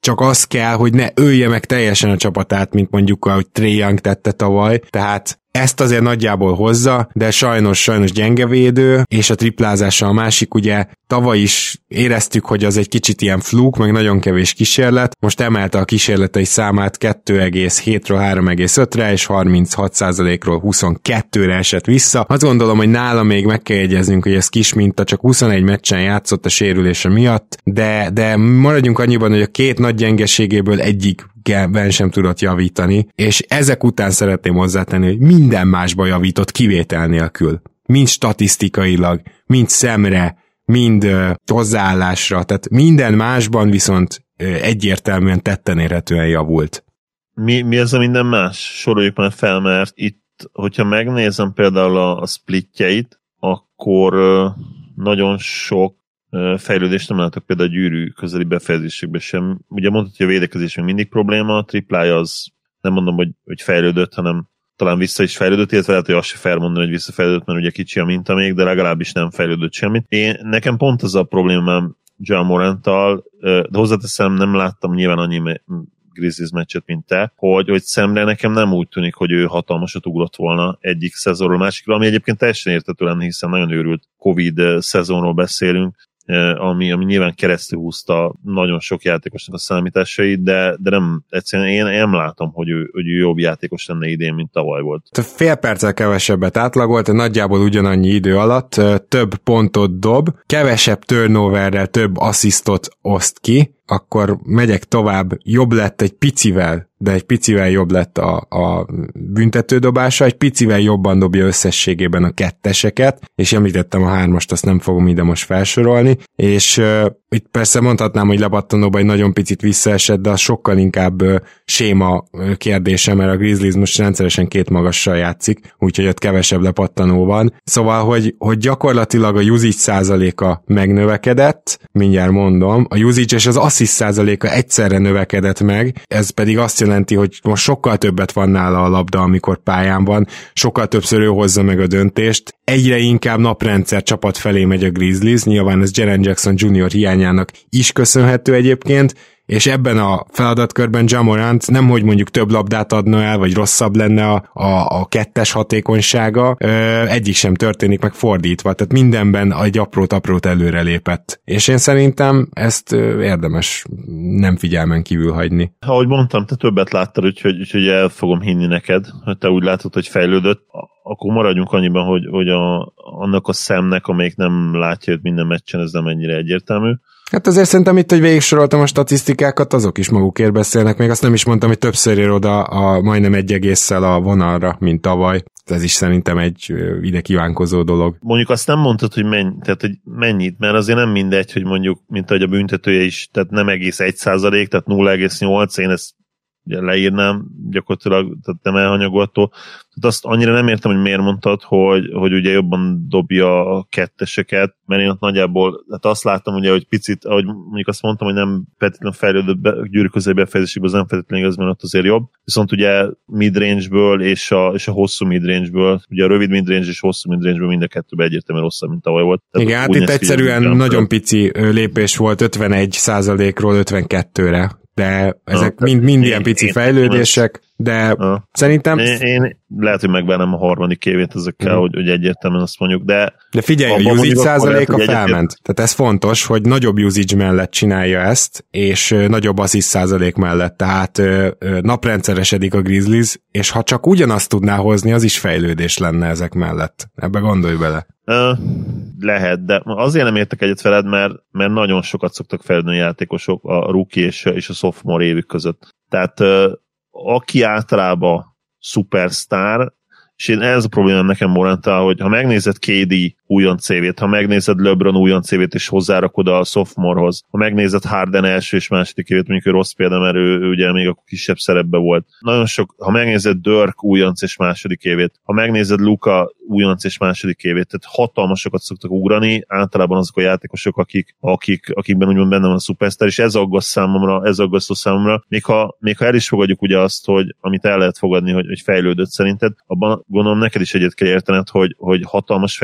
csak az kell, hogy ne ölje meg teljesen a csapatát, mint mondjuk, ahogy Trae Young tette tavaly, tehát ezt azért nagyjából hozza, de sajnos, sajnos gyenge védő, és a triplázása a másik, ugye tavaly is éreztük, hogy az egy kicsit ilyen fluk, meg nagyon kevés kísérlet, most emelte a kísérletei számát kettő egész hétről három egész ötre, és harminchat százalékról huszonkettőre esett vissza. Azt gondolom, hogy nála még meg kell jegyeznünk, hogy ez kis minta, csak huszonegy meccsen játszott a sérülése miatt, de, de maradjunk annyiban, hogy a két nagy gyengeségéből egyik ben sem tudott javítani, és ezek után szeretném hozzátenni, hogy minden másba javított kivétel nélkül. Mind statisztikailag, mind szemre, mind uh, hozzáállásra, tehát minden másban viszont uh, egyértelműen tetten érhetően javult. Mi, mi ez a minden más? Soroljuk már fel, mert itt, hogyha megnézem például a, a splitjeit, akkor uh, nagyon sok fejlődést nem látok például a gyűrű közeli befejezésekben sem. Ugye mondtad, hogy a védekezés még mindig probléma, a triplája az nem mondom, hogy, hogy fejlődött, hanem talán vissza is fejlődött, illetve lehet, hogy azt se fel mondani, hogy visszafejlődött, mert ugye kicsi a minta még, de legalábbis nem fejlődött semmit. Én, nekem pont az a problémám Ja Moranttal, de hozzáteszem, nem láttam nyilván annyi Grizzlies meccset, mint te, hogy, hogy szemre nekem nem úgy tűnik, hogy ő hatalmasat ugrott volna egyik szezonról másikra, ami egyébként teljesen értető lenne, hiszen nagyon őrült Covid szezonról beszélünk, ami, ami nyilván keresztül húzta nagyon sok játékosnak a számításait, de, de nem, egyszerűen én nem látom, hogy ő, hogy ő jobb játékos lenne idén, mint tavaly volt. Fél perccel kevesebbet átlagolt, nagyjából ugyanannyi idő alatt több pontot dob, kevesebb turnoverrel több asszisztot oszt ki, akkor megyek tovább, jobb lett egy picivel, de egy picivel jobb lett a, a büntetődobása, egy picivel jobban dobja összességében a ketteseket, és említettem a hármast, azt nem fogom ide most felsorolni, és uh, itt persze mondhatnám, hogy lepattanóban egy nagyon picit visszaesett, de az sokkal inkább uh, séma kérdése, mert a Grizzlies most rendszeresen két magassal játszik, úgyhogy ott kevesebb lepattanó van. Szóval, hogy, hogy gyakorlatilag a usage százaléka megnövekedett, mindjárt mondom, a usage és az assziszt százaléka egyszerre növekedett meg, ez pedig azt jelenti, hogy most sokkal többet van nála a labda, amikor pályán van, sokkal többször ő hozza meg a döntést, egyre inkább naprendszer csapat felé megy a Grizzlies, nyilván ez Jaren Jackson junior hiányának is köszönhető egyébként, és ebben a feladatkörben Ja Morant nem, hogy mondjuk több labdát adna el, vagy rosszabb lenne a, a, a kettes hatékonysága, ö, egyik sem történik meg fordítva, tehát mindenben egy aprót-aprót előrelépett. És én szerintem ezt ö, érdemes nem figyelmen kívül hagyni. Ahogy mondtam, te többet láttad, úgyhogy, úgyhogy el fogom hinni neked, hogy te úgy látod, hogy fejlődött, akkor maradjunk annyiban, hogy, hogy a, annak a szemnek, amelyik nem látja őt minden meccsen, ez nem ennyire egyértelmű. Hát azért szerintem itt, hogy végigsoroltam a statisztikákat, azok is magukért beszélnek, még azt nem is mondtam, hogy többször ér oda a majdnem egy egésszel a vonalra, mint tavaly. Ez is szerintem egy ide kívánkozó dolog. Mondjuk azt nem mondtad, hogy, mennyi, tehát, hogy mennyit, mert azért nem mindegy, hogy mondjuk, mint ahogy a büntetője is, tehát nem egész egy százalék, tehát nulla egész nyolc, én ezt ugye leírnám gyakorlatilag, tehát nem elhanyagoltó. Tehát azt annyira nem értem, hogy miért mondtad, hogy, hogy ugye jobban dobja a ketteseket, mert én ott nagyjából, hát azt láttam ugye, hogy picit, ahogy mondjuk azt mondtam, hogy nem feltétlenül fejlődött be, gyűrű közeli befejezéséből, az nem feltétlenül igaz, mert ott azért jobb. Viszont ugye midrange-ből és a, és a hosszú midrange-ből, ugye a rövid midrange és hosszú midrange-ből mind a kettőben egyértelműen rosszabb, mint tavaly volt. Tehát igen, hát itt egyszerűen nagyon pici lépés volt ötvenegy százalékról ötvenkettőre. De ezek na, mind, mind én, ilyen pici én, fejlődések, de na, szerintem... Én, én lehet, hogy megbánom a harmadik évét ezekkel, mm. hogy, hogy egyértelműen azt mondjuk, de... De figyelj, a usage százaléka felment. Tehát ez fontos, hogy nagyobb usage mellett csinálja ezt, és nagyobb assist százalék mellett, tehát naprendszeresedik a Grizzlies, és ha csak ugyanazt tudná hozni, az is fejlődés lenne ezek mellett. Ebbe gondolj bele. Uh, lehet, de azért nem értek egyet veled, mert, mert nagyon sokat szoktak fejlődni a játékosok a rookie és, és a sophomore évük között. Tehát uh, aki általában szupersztár, és én ez a problémám nekem Moranttal, hogy ha megnézed ká dé újonc évét, ha megnézed LeBron újonc évét és hozzárakod a sophomorehoz, ha megnézed Harden első és második évét, mondjuk ő rossz példa, mert ő, ő ugye még akkor kisebb szerepben volt. Nagyon sok, ha megnézed Dirk újonc és második évét, ha megnézed Luka újonc és második évét, tehát hatalmasokat szoktak ugrani, általában azok a játékosok, akik, akik, akikben úgymond benne van a szupersztár, és ez aggaszt számomra, ez aggasztó számomra, még ha, még ha el is fogadjuk ugye azt, hogy amit el lehet fogadni, hogy, hogy fejlődött szerinted, abban gondolom neked is egyet kell értened, hogy, hogy hatalmas fejlődés nem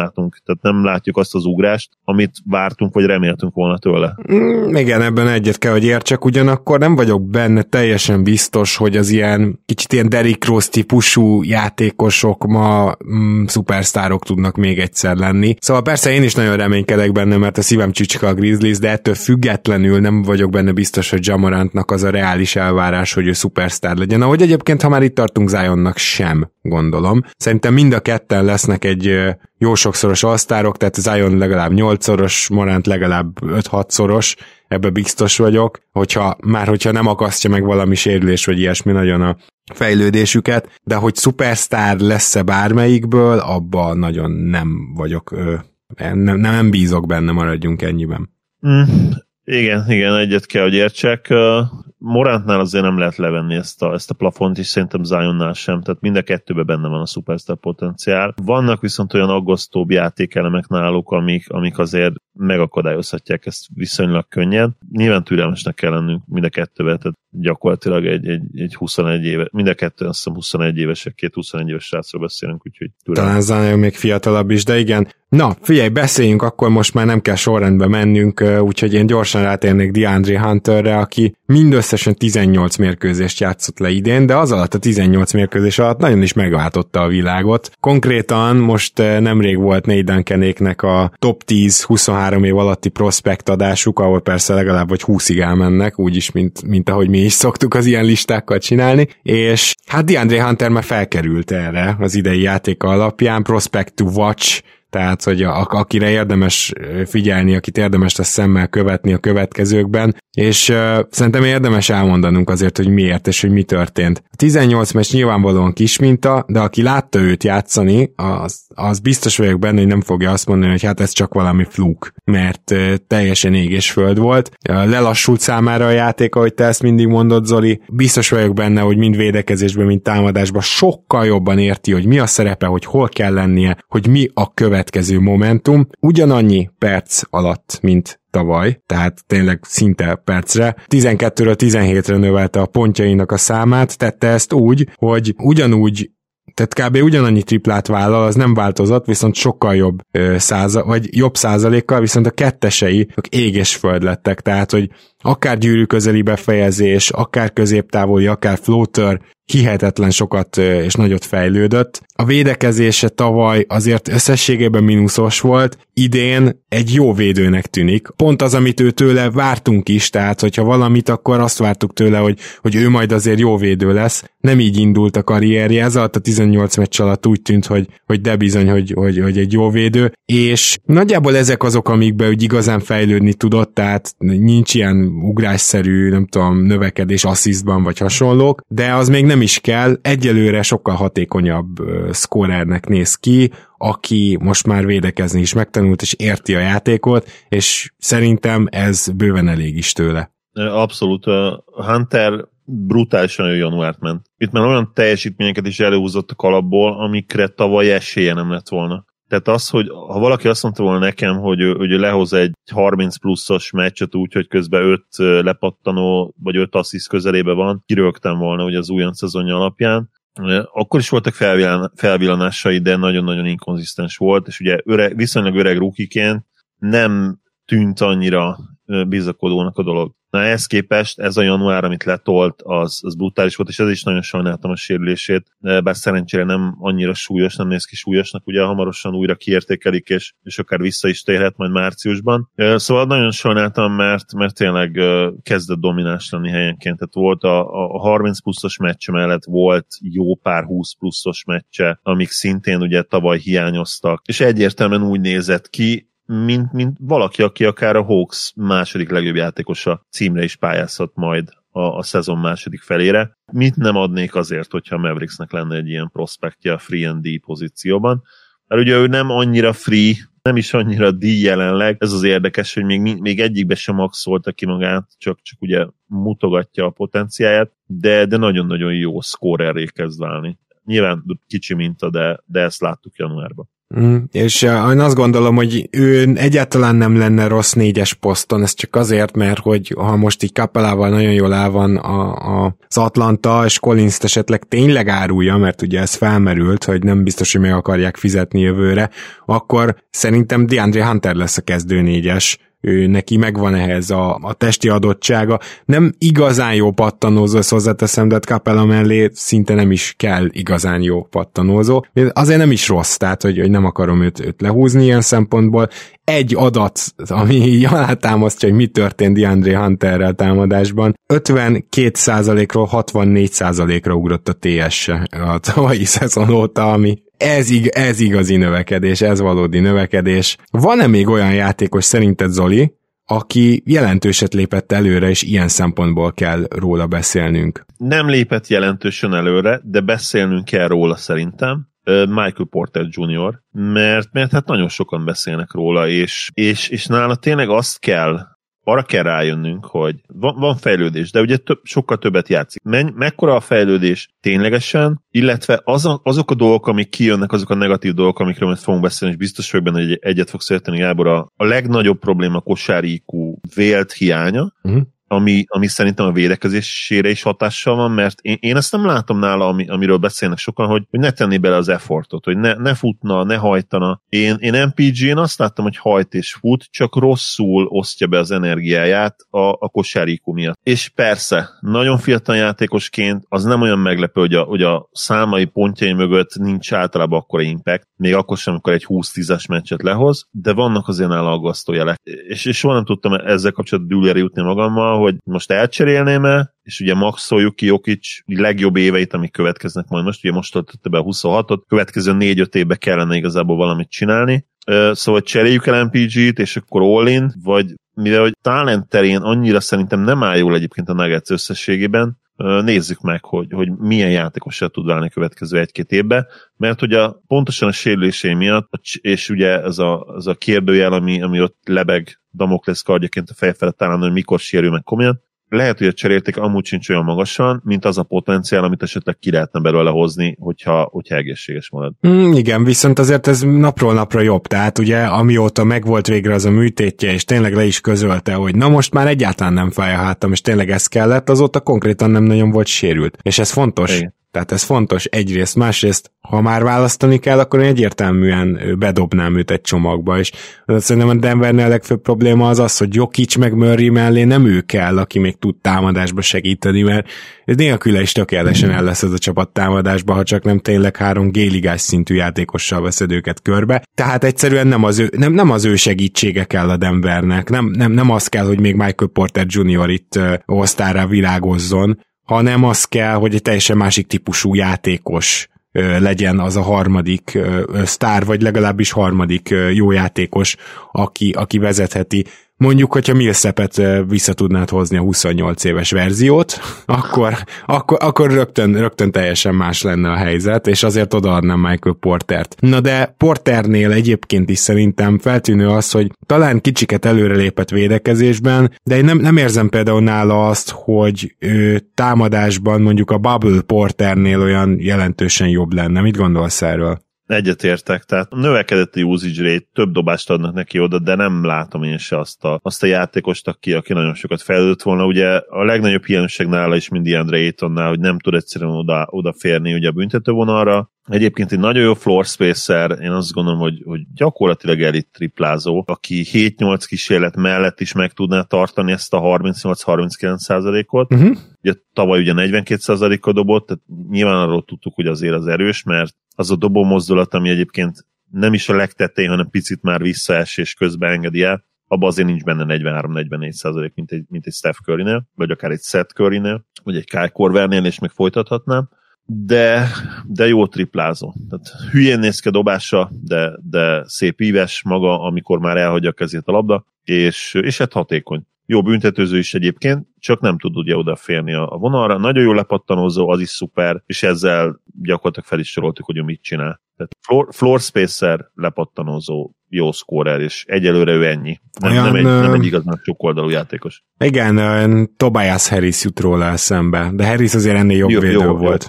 látunk, tehát nem látjuk azt az ugrást, amit vártunk, vagy reméltünk volna tőle. Mm, igen, ebben egyet kell, hogy értsek, ugyanakkor nem vagyok benne teljesen biztos, hogy az ilyen kicsit ilyen Derrick Rose típusú játékosok ma mm, szupersztárok tudnak még egyszer lenni. Szóval persze én is nagyon reménykedek benne, mert a szívem csücska a Grizzlies, de ettől függetlenül nem vagyok benne biztos, hogy Ja Morantnak az a reális elvárás, hogy ő szupersztár legyen. Ahogy egyébként, ha már itt tartunk, Zionnak sem, gondolom. Szerintem mind a ketten lesznek egy jó sokszoros all-sztárok, tehát Zion legalább nyolcszoros, Morant legalább öt-hatszoros, ebbe biztos vagyok, hogyha, már hogyha nem akasztja meg valami sérülés, vagy ilyesmi nagyon a fejlődésüket, de hogy szupersztár lesz-e bármelyikből, abba nagyon nem vagyok, nem, nem bízok benne, maradjunk ennyiben. Mm, igen, igen, egyet kell, hogy értsek. Morantnál azért nem lehet levenni ezt a, ezt a plafont, és szerintem Zionnál sem, tehát mind a kettőben benne van a szupersztár potenciál. Vannak viszont olyan aggasztóbb játékelemek náluk, amik, amik azért megakadályozhatják ezt viszonylag könnyen. Nyilván türelmesnek kell lennünk mind a kettőben, tehát gyakorlatilag egy, egy, egy huszonegy éve, mind a kettő azt hiszem huszonegy évesek, két huszonegy éves srácról beszélünk, úgyhogy talán Zion még fiatalabb is, de igen. Na, figyelj, beszéljünk, akkor most már nem kell sorrendbe mennünk, úgyhogy én gyorsan rátérnék DeAndre Hunterre, aki mindösszesen tizennyolc mérkőzést játszott le idén, de az alatt a tizennyolc mérkőzés alatt nagyon is megváltotta a világot. Konkrétan most nemrég volt Nate Duncanéknek a top tíz huszonhárom év alatti prospekt adásuk, ahol persze legalább vagy húszig elmennek, úgyis, mint, mint ahogy mi is szoktuk az ilyen listákkal csinálni, és hát DeAndre Hunter már felkerült erre az idei játéka alapján, prospect to watch, tehát, hogy a, akire érdemes figyelni, akit érdemes a szemmel követni a következőkben, és uh, szerintem érdemes elmondanunk azért, hogy miért és hogy mi történt. A tizennyolc meccs nyilvánvalóan kis minta, de aki látta őt játszani, az, az biztos vagyok benne, hogy nem fogja azt mondani, hogy hát ez csak valami fluk, mert uh, teljesen ég és föld volt. Uh, lelassult számára a játék, ahogy te ezt mindig mondod, Zoli. Biztos vagyok benne, hogy mind védekezésben, mind támadásban sokkal jobban érti, hogy mi a szerepe, hogy hol kell lennie, hogy mi a következő momentum. Ugyanannyi perc alatt, mint tavaly, tehát tényleg szinte percre. tizenkettőről tizenhétre növelte a pontjainak a számát, tette ezt úgy, hogy ugyanúgy, tehát kb. Ugyanannyi triplát vállal, az nem változott, viszont sokkal jobb ö, száza, vagy jobb százalékkal, viszont a kettesei ég és föld lettek, tehát hogy akár gyűrű közeli befejezés, akár középtávoli, akár floater, hihetetlen sokat és nagyot fejlődött. A védekezése tavaly azért összességében mínuszos volt, idén egy jó védőnek tűnik. Pont az, amit ő tőle vártunk is, tehát hogyha valamit, akkor azt vártuk tőle, hogy, hogy ő majd azért jó védő lesz. Nem így indult a karrierje, ez alatt a tizennyolc meccs alatt úgy tűnt, hogy, hogy de bizony, hogy, hogy, hogy egy jó védő, és nagyjából ezek azok, amikben úgy igazán fejlődni tudott, tehát nincs ilyen ugrásszerű, nem tudom, növekedés asszisztban vagy hasonlók, de az még nem is kell, egyelőre sokkal hatékonyabb uh, szkórernek néz ki, aki most már védekezni is megtanult, és érti a játékot, és szerintem ez bőven elég is tőle. Abszolút. Hunter brutálisan jó januárt ment. Itt már olyan teljesítményeket is előhúzott a kalapból, amikre tavaly esélye nem lett volna. Tehát az, hogy ha valaki azt mondta volna nekem, hogy ő, hogy ő lehoz egy harminc pluszos meccset úgy, hogy közben öt lepattanó, vagy öt assziszt közelébe van, kirögtem volna ugye az újonc szezonja alapján. Akkor is voltak felvillan, felvillanásai, de nagyon-nagyon inkonzisztens volt, és ugye öreg, viszonylag öreg rukiként nem tűnt annyira bizakodónak a dolog. Na ehhez képest ez a január, amit letolt, az, az brutális volt, és ez is nagyon sajnáltam a sérülését, bár szerencsére nem annyira súlyos, nem néz ki súlyosnak, ugye hamarosan újra kiértékelik, és, és akár vissza is térhet majd márciusban. Szóval nagyon sajnáltam, mert, mert tényleg kezdett domináns lenni helyenként, tehát volt a, a harminc pluszos meccse mellett volt jó pár húsz pluszos meccse, amik szintén ugye tavaly hiányoztak, és egyértelműen úgy nézett ki, Mint, mint valaki, aki akár a Hawks második legjobb játékosa címre is pályázhat majd a, a szezon második felére. Mit nem adnék azért, hogyha Mavericksnek lenne egy ilyen prospektje a free and D pozícióban. Mert ugye ő nem annyira free, nem is annyira D jelenleg. Ez az érdekes, hogy még, még egyikbe sem maxolta ki magát, csak, csak ugye mutogatja a potenciáját, de, de nagyon-nagyon jó szkórerré kezd válni. Nyilván kicsi minta, de, de ezt láttuk januárban. Mm, és uh, én azt gondolom, hogy ő egyáltalán nem lenne rossz négyes poszton, ez csak azért, mert hogy ha most így Capellával nagyon jól el van a, a, az Atlanta, és Collins-t esetleg tényleg árulja, mert ugye ez felmerült, hogy nem biztos, hogy meg akarják fizetni jövőre, akkor szerintem DeAndre Hunter lesz a kezdő négyes, ő neki megvan ehhez a, a testi adottsága. Nem igazán jó pattanózó, ezt hozzáteszem, de Capella mellé szinte nem is kell igazán jó pattanózó. Azért nem is rossz, tehát hogy, hogy nem akarom őt, őt lehúzni ilyen szempontból. Egy adat, ami alátámasztja, hogy mi történt DeAndre Hunterrel támadásban. ötvenkét százalékról hatvannégy százalékra ugrott a té es-se a tavalyi szezon óta, ami Ez, ig- ez igazi növekedés, ez valódi növekedés. Van-e még olyan játékos szerinted, Zoli, aki jelentőset lépett előre, és ilyen szempontból kell róla beszélnünk? Nem lépett jelentősen előre, de beszélnünk kell róla szerintem. Michael Porter junior, mert, mert hát nagyon sokan beszélnek róla, és, és, és nála tényleg azt kell, arra kell rájönnünk, hogy van, van fejlődés, de ugye több, sokkal többet játszik. Men, mekkora a fejlődés ténylegesen, illetve az a, azok a dolgok, amik kijönnek, azok a negatív dolgok, amikről majd fogunk beszélni, és biztos vagyok benne, hogy egyet fogsz érteni, Gábor, a, a legnagyobb probléma kosári í kú vélt hiánya, uh-huh. ami, ami szerintem a védekezésére is hatással van, mert én, én ezt nem látom nála, ami, amiről beszélnek sokan, hogy, hogy ne tenni bele az effortot, hogy ne, ne futna, ne hajtana. Én, én em pé gén azt láttam, hogy hajt és fut, csak rosszul osztja be az energiáját a, a kosári í kú miatt. És persze, nagyon fiatal játékosként az nem olyan meglepő, hogy a, hogy a számai pontjai mögött nincs általában akkora impact, még akkor sem, amikor egy húsz-tízes meccset lehoz, de vannak azért nála aggasztó jelek. És, és soha nem tudtam ezzel kapcsolatban dűlőre jutni magammal, hogy most elcserélném-e, és ugye maxoljuk ki Jokic legjobb éveit, amik következnek majd most, ugye most töltötte be huszonhatot, következő négy-öt évben kellene igazából valamit csinálni. Szóval cseréljük el em pé gét, és akkor all-in, vagy mivel hogy talent terén annyira szerintem nem áll jól egyébként a Nuggets összességében, nézzük meg, hogy, hogy milyen játékossal tud válni a következő egy-két évben, mert ugye pontosan a sérülései miatt, és ugye ez a, ez a kérdőjel, ami, ami ott lebeg Damoklesz kardjaként a fej felett állani, hogy mikor sérül meg komolyan, lehet, hogy a cserérték amúgy sincs olyan magasan, mint az a potenciál, amit esetleg ki lehetne belőle hozni, hogyha, hogyha egészséges marad. Mm, igen, viszont azért ez napról napra jobb, tehát ugye amióta megvolt végre az a műtétje, és tényleg le is közölte, hogy na most már egyáltalán nem fáj a hátam, és tényleg ez kellett, azóta konkrétan nem nagyon volt sérült. És ez fontos. Igen. Tehát ez fontos egyrészt, másrészt, ha már választani kell, akkor én egyértelműen bedobnám őt egy csomagba, és szerintem a Denvernél a legfőbb probléma az az, hogy Jokic meg Murray mellé nem ő kell, aki még tud támadásba segíteni, mert ez nélküle is tökéletesen el lesz ez a csapat támadásba, ha csak nem tényleg három G-ligás szintű játékossal veszed őket körbe. Tehát egyszerűen nem az ő, nem, nem az ő segítsége kell a Denvernek, nem, nem, nem az kell, hogy még Michael Porter junior itt uh, all-starrá virágozzon, hanem az kell, hogy egy teljesen másik típusú játékos ö, legyen az a harmadik ö, sztár, vagy legalábbis harmadik ö, jó játékos, aki, aki vezetheti. Mondjuk, hogyha Millsapet vissza tudnád hozni a huszonnyolc éves verziót, akkor, akkor, akkor rögtön, rögtön teljesen más lenne a helyzet, és azért odaadnám Michael Portert. Na de Porternél egyébként is szerintem feltűnő az, hogy talán kicsiket előrelépett védekezésben, de én nem, nem érzem például nála azt, hogy ő támadásban mondjuk a Bubble Porternél olyan jelentősen jobb lenne. Mit gondolsz erről? Egyetértek, tehát növekedett a usage rate, több dobást adnak neki oda, de nem látom én se azt a, azt a játékost, aki, aki nagyon sokat fejlődött volna. Ugye a legnagyobb hiányosság nála is, mint DeAndre Aytonnál, hogy nem tud egyszerűen oda, odaférni ugye a büntetővonalra. Egyébként egy nagyon jó floor spacer, én azt gondolom, hogy, hogy gyakorlatilag elit triplázó, aki hét-nyolc kísérlet mellett is meg tudná tartani ezt a harmincnyolc-harminckilenc százalékot. Uh-huh. Ugye tavaly ugye negyvenkét százalékkal dobott, tehát nyilván arról tudtuk, hogy azért az erős, mert az a dobó mozdulat, ami egyébként nem is a legtetején, hanem picit már visszaesés közben engedi el, abban azért nincs benne negyvenhárom-negyvennégy százalék, mint egy, mint egy Steph Currynél, vagy akár egy Seth Currynél, vagy egy Kyle Korvernél, és még folytathatnám. De, de jó triplázó. Tehát hülyén néz ki a dobása, de, de szép íves maga, amikor már elhagyja a kezét a labda, és, és hát hatékony. Jó büntetőző is egyébként, csak nem tud ugye odaférni a vonalra. Nagyon jó lepattanózó, az is szuper, és ezzel gyakorlatilag fel is soroltuk, hogy ő mit csinál. Tehát floor, floor spacer, lepattanózó, jó scorer, és egyelőre ő ennyi. Nem, Olyan, nem, egy, nem egy igazán sokoldalú játékos. Igen, Tobias Harris jut róla eszembe, de Harris azért ennél jobb jó, védő jó, volt. Jó,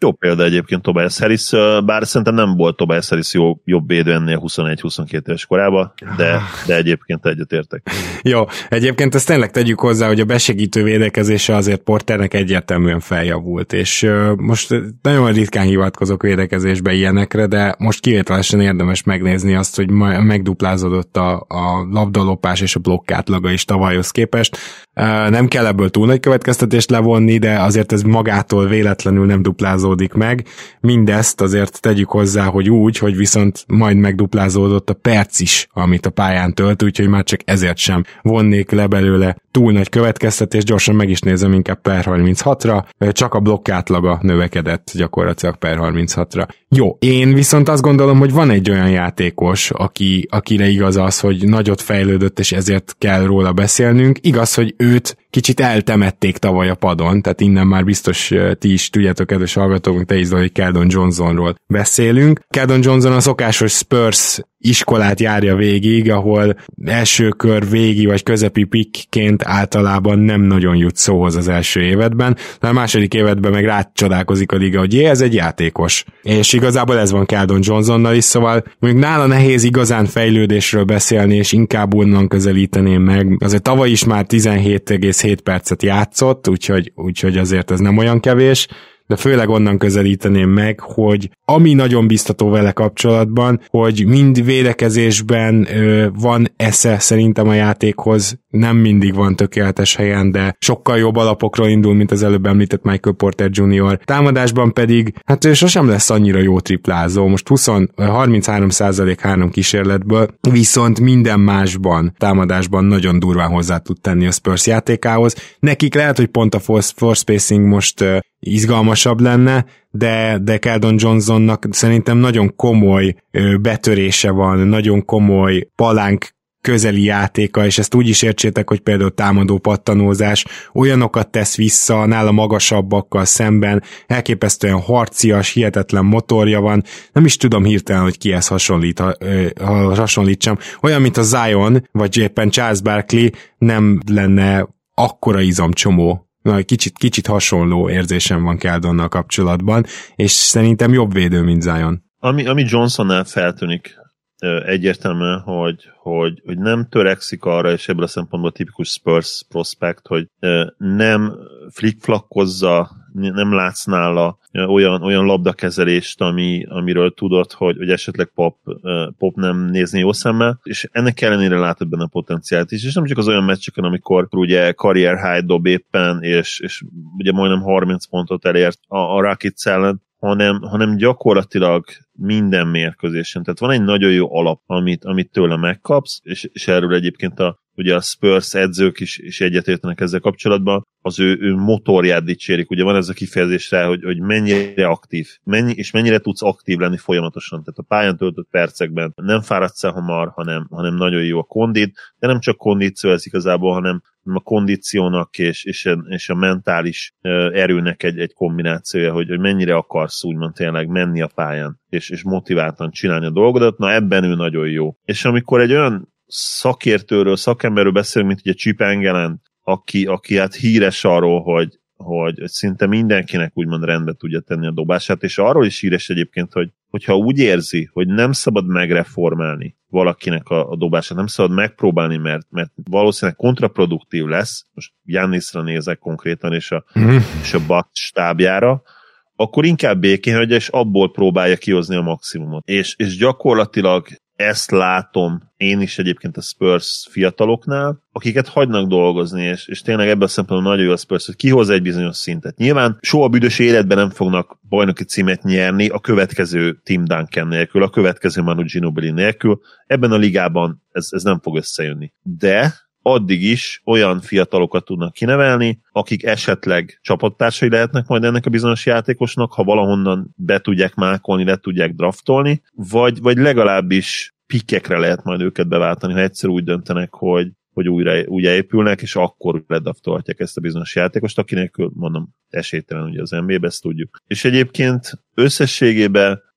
Jó példa egyébként Tobias Harris, bár szerintem nem volt Tobias Harris jó, jobb védő ennél huszonegy-huszonkét éves korában, de, de egyébként egyetértek. Jó, egyébként ezt tényleg tegyük hozzá, hogy a besegítő védekezése azért Porternek egyértelműen feljavult, és uh, most nagyon ritkán hivatkozok védekezésbe ilyenekre, de most kivételesen érdemes megnézni azt, hogy ma- megduplázódott a, a labdalopás és a blokk átlaga is tavalyhoz képest. Uh, nem kell ebből túl nagy következtetést levonni, de azért ez magától véletlenül nem duplázódik meg. Mindezt azért tegyük hozzá, hogy úgy, hogy viszont majd megduplázódott a perc is, amit a pályán tölt, úgyhogy már csak ezért sem vonnék le belőle túl nagy következtetést, gyorsan meg is nézem inkább per harminchatra, csak a blokk átlaga növekedett gyakorlatilag per harminchatra. Jó, én viszont azt gondolom, hogy van egy olyan játékos, aki, akire igaz az, hogy nagyot fejlődött, és ezért kell róla beszélnünk. Igaz, hogy őt kicsit eltemették tavaly a padon, tehát innen már biztos ti is tudjátok, kedves hallgatók, te is, hogy Keldon Johnsonról beszélünk. Keldon Johnson a szokásos Spurs iskolát járja végig, ahol első kör végi vagy közepi pickként általában nem nagyon jut szóhoz az első évedben, de a második évedben meg rácsodálkozik a liga, hogy jé, ez egy játékos. És igazából ez van Keldon Johnsonnal is, szóval mondjuk nála nehéz igazán fejlődésről beszélni, és inkább onnan közelíteném meg. Azért tavaly is már tizenhét egész hét percet játszott, úgyhogy, úgyhogy azért ez nem olyan kevés, de főleg onnan közelíteném meg, hogy ami nagyon biztató vele kapcsolatban, hogy mind védekezésben ö, van esze szerintem a játékhoz, nem mindig van tökéletes helyen, de sokkal jobb alapokról indul, mint az előbb említett Michael Porter junior Támadásban pedig, hát ő sosem lesz annyira jó triplázó, most húsz, harminchárom százalék három kísérletből, viszont minden másban, támadásban nagyon durván hozzá tud tenni a Spurs játékához. Nekik lehet, hogy pont a force spacing most ö, izgalmasabb lenne, de, de Keldon Johnsonnak szerintem nagyon komoly ö, betörése van, nagyon komoly palánk közeli játéka, és ezt úgy is értsétek, hogy például támadó pattanózás olyanokat tesz vissza, nála magasabbakkal szemben, elképesztően harcias, hihetetlen motorja van, nem is tudom hirtelen, hogy kihez hasonlít, ha, ha hasonlítsam. Olyan, mint a Zion, vagy éppen Charles Barkley, nem lenne akkora izomcsomó. Na, kicsit, kicsit hasonló érzésem van Keldonnal kapcsolatban, és szerintem jobb védő, mint Zion. Ami, ami Johnsonnál feltűnik egyértelműen, hogy, hogy, hogy nem törekszik arra, és ebből a szempontból tipikus Spurs prospect, hogy nem flickflakkozza, nem látsz nála olyan, olyan labdakezelést, ami, amiről tudod, hogy, hogy esetleg Pop, Pop nem nézni jó szemmel, és ennek ellenére látod benne a potenciált is, és nem csak az olyan meccseken, amikor ugye career high dob éppen, és, és ugye majdnem harminc pontot elért a, a Rockets ellen, hanem, hanem gyakorlatilag minden mérkőzésen. Tehát van egy nagyon jó alap, amit, amit tőle megkapsz, és, és erről egyébként a, ugye a Spurs edzők is, is egyetértenek ezzel kapcsolatban, az ő, ő motorját dicsérik. Ugye van ez a kifejezés rá, hogy, hogy mennyire aktív, mennyi, és mennyire tudsz aktív lenni folyamatosan. Tehát a pályán töltött percekben nem fáradsz el hamar, hanem, hanem nagyon jó a kondit, de nem csak kondíció ez igazából, hanem a kondíciónak és, és, a, és a mentális erőnek egy, egy kombinációja, hogy, hogy mennyire akarsz úgymond tényleg menni a pályán, és, és motiváltan csinálni a dolgodat, na ebben ő nagyon jó. És amikor egy olyan szakértőről, szakemberről beszélünk, mint ugye Chip Engelland, aki, aki hát híres arról, hogy, hogy szinte mindenkinek úgymond rendbe tudja tenni a dobását, és arról is híres egyébként, hogy hogyha úgy érzi, hogy nem szabad megreformálni valakinek a, a dobását, nem szabad megpróbálni, mert, mert valószínűleg kontraproduktív lesz, most Giannisra nézek konkrétan, és a, mm. és a Bucks stábjára, akkor inkább békén hagyja, és abból próbálja kihozni a maximumot. És, és gyakorlatilag ezt látom én is egyébként a Spurs fiataloknál, akiket hagynak dolgozni, és, és tényleg ebben a szempontból nagyon jó a Spurs, hogy kihoz egy bizonyos szintet. Nyilván soha büdös életben nem fognak bajnoki címet nyerni a következő Tim Duncan nélkül, a következő Manu Ginobili nélkül. Ebben a ligában ez, ez nem fog összejönni. De addig is olyan fiatalokat tudnak kinevelni, akik esetleg csapattársai lehetnek majd ennek a bizonyos játékosnak, ha valahonnan be tudják mákolni, le tudják draftolni, vagy, vagy legalábbis pikkekre lehet majd őket beváltani, ha egyszer úgy döntenek, hogy, hogy újra, újra épülnek, és akkor ledraftolhatják ezt a bizonyos játékost, akinek mondom, esélytelen ugye az en bé á-be, ezt tudjuk. És egyébként összességében itt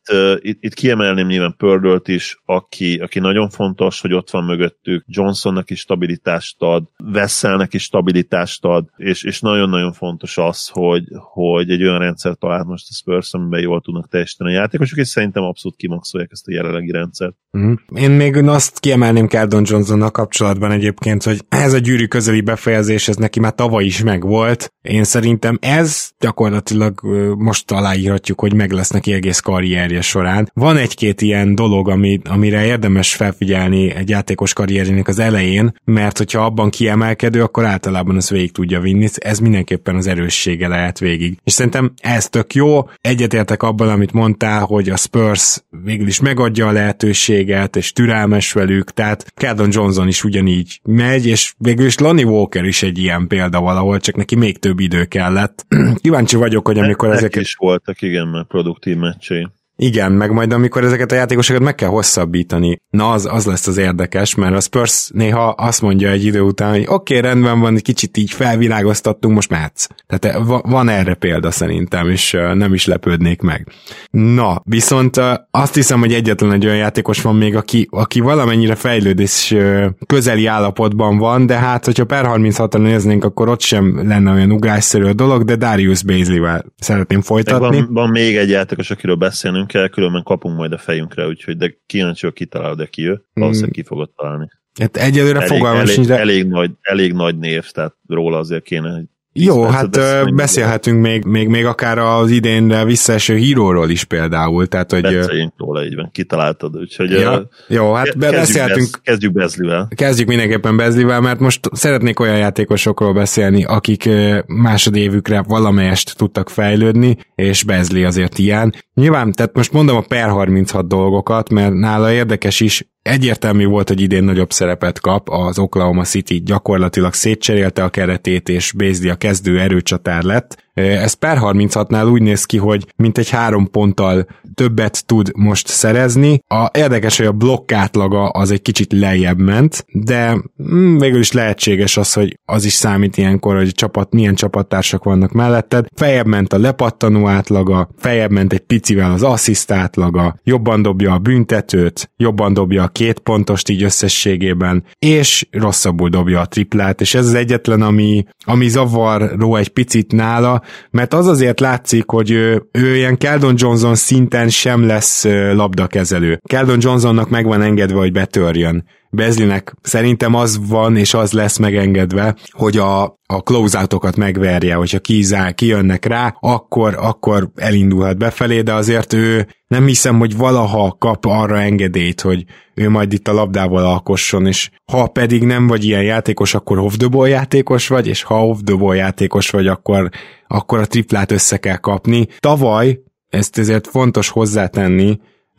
uh, itt, itt kiemelném nyilván Pördölt is, aki, aki nagyon fontos, hogy ott van mögöttük, Johnsonnak is stabilitást ad, Vesselnek is stabilitást ad, és, és nagyon-nagyon fontos az, hogy, hogy egy olyan rendszer talált most a Spurs, amiben jól tudnak teljesíteni a játékosok, és szerintem abszolút kimaxolják ezt a jelenlegi rendszert. Mm. Én még azt kiemelném Keldon Johnsonnal kapcsolatban egyébként, hogy ez a gyűrű közeli befejezés, ez neki már tavaly is megvolt. Én szerintem ez gyakorlatilag most aláírhatjuk, hogy meg lesz neki egész karrierje során. Van egy-két ilyen dolog, ami, amire érdemes felfigyelni egy játékos karrierének az elején, mert hogyha abban kiemelkedő, akkor általában az végig tudja vinni. Ez mindenképpen az erőssége lehet végig. És szerintem ez tök jó. Egyetértek abban, amit mondtál, hogy a Spurs végül is megadja a lehetőséget, és türelmes velük, tehát Keldon Johnson is ugyanígy megy, és végül is Lonnie Walker is egy ilyen példa valahol, csak neki még több idő kellett. Kíváncsi vagyok, hogy amikor Nek ezek is voltak, igen, mert produktív meccsei. Igen, meg majd amikor ezeket a játékosokat meg kell hosszabbítani, na az, az lesz az érdekes, mert a Spurs néha azt mondja egy idő után, hogy oké, okay, rendben van, kicsit így felvilágoztattunk, most mehetsz. Tehát van erre példa szerintem, és nem is lepődnék meg. Na, viszont azt hiszem, hogy egyetlen egy olyan játékos van még, aki, aki valamennyire fejlődés közeli állapotban van, de hát, hogyha per harminchattal néznénk, akkor ott sem lenne olyan ugrásszerű a dolog, de Darius Bazley-vel szeretném folytatni. Van, van még egy játékos, akiről beszélnünk kell, különben kapunk majd a fejünkre, úgyhogy de kíváncsi, hogy kitalálod, de ki ő. Valószínűleg ki fogod találni. Hát egyelőre elég, fogalmas elég, nincs, de... elég, nagy, elég nagy név, tehát róla azért kéne... Jó, hát beszélhetünk még, még, még akár az idén visszaeső híróról is például, tehát hogy... Beszéljünk róla, így van, kitaláltad, úgyhogy... Ja, jó, hát kezdjük beszélhetünk... Bez, kezdjük Bazley-vel. Kezdjük mindenképpen Bazley-vel, mert most szeretnék olyan játékosokról beszélni, akik másodévükre valamelyest tudtak fejlődni, és Bazley azért ilyen. Nyilván, tehát most mondom a per harminchat dolgokat, mert nála érdekes is, egyértelmű volt, hogy idén nagyobb szerepet kap, az Oklahoma City gyakorlatilag szétcserélte a keretét, és Bazley a kezdő erőcsatár lett. Ez per harminchatnál úgy néz ki, hogy mintegy három ponttal többet tud most szerezni. A, érdekes, hogy a blokk átlaga az egy kicsit lejjebb ment, de mm, végül is lehetséges az, hogy az is számít ilyenkor, hogy csapat, milyen csapattársak vannak melletted. Fejebb ment a lepattanó átlaga, fejebb ment egy picivel az assziszt átlaga, jobban dobja a büntetőt, jobban dobja a két pontost így összességében, és rosszabbul dobja a triplát, és ez az egyetlen, ami, ami zavaró egy picit nála, mert az azért látszik, hogy ő, ő ilyen Keldon Johnson szinten sem lesz labdakezelő. Keldon Johnsonnak meg van engedve, hogy betörjön. Bazleynek szerintem az van, és az lesz megengedve, hogy a, a close-outokat megverje, hogyha kizár, kijönnek rá, akkor, akkor elindulhat befelé, de azért ő nem hiszem, hogy valaha kap arra engedélyt, hogy ő majd itt a labdával alkosson, és ha pedig nem vagy ilyen játékos, akkor off-the-ball játékos vagy, és ha off-the-ball játékos vagy, akkor, akkor a triplát össze kell kapni. Tavaly, ezt ezért fontos hozzátenni,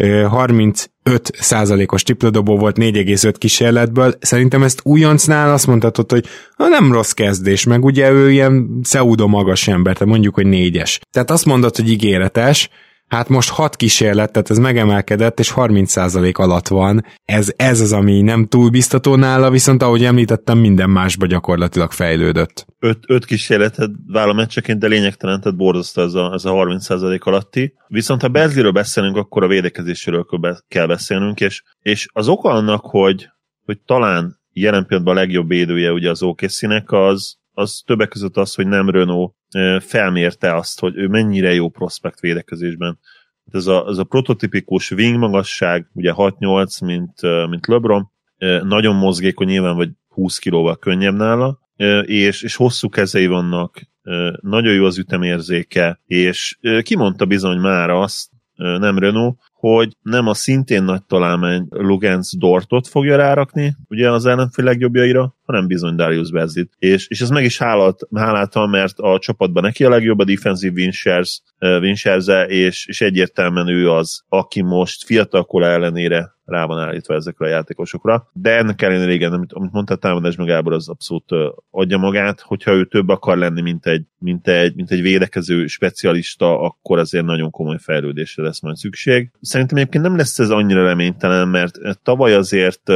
harmincöt százalékos tripladobó volt négy egész öt kísérletből, szerintem ezt újoncnál azt mondhatod, hogy ha nem rossz kezdés, meg ugye ő ilyen pseudo magas ember, tehát mondjuk, hogy négyes. Tehát azt mondod, hogy ígéretes, hát most hat kísérlet, tehát ez megemelkedett, és harminc százalék alatt van. Ez, ez az, ami nem túl biztató nála, viszont ahogy említettem, minden másba gyakorlatilag fejlődött. Öt, öt kísérletet vállal meccseként, de lényegtelen, tehát borzasztó ez a, ez a harminc százalék alatti. Viszont ha Bazleyről beszélünk, akkor a védekezésről kell beszélnünk, és, és az oka annak, hogy, hogy talán jelen pillanatban a legjobb védője ugye az o ká cé-nek, az, az többek között az, hogy nem Renault felmérte azt, hogy ő mennyire jó prospekt védekezésben. Ez a, ez a prototipikus wing magasság, ugye hat nyolc, mint, mint LeBron, nagyon mozgékony, nyilván vagy húsz kilóval könnyebb nála, és, és hosszú kezei vannak, nagyon jó az ütemérzéke, és kimondta bizony már azt, nem Renault, hogy nem a szintén nagy találmány Luguentz Dortot fogja rárakni, ugye az ellenfél legjobbjaira, hanem bizony Darius Bazleyt. És, és ez meg is hálalt, háláltam, mert a csapatban neki a legjobb a defensive Winchers, Winchers-e, és, és egyértelműen ő az, aki most fiatalkora ellenére rá van állítva ezekre a játékosokra. De ennek ellenére igen, amit, amit mondtál, támadás meg Gábor, az abszolút uh, adja magát, hogyha ő több akar lenni, mint egy, mint egy, mint egy védekező specialista, akkor azért nagyon komoly fejlődésre lesz majd szükség. Szerintem egyébként nem lesz ez annyira reménytelen, mert tavaly azért uh,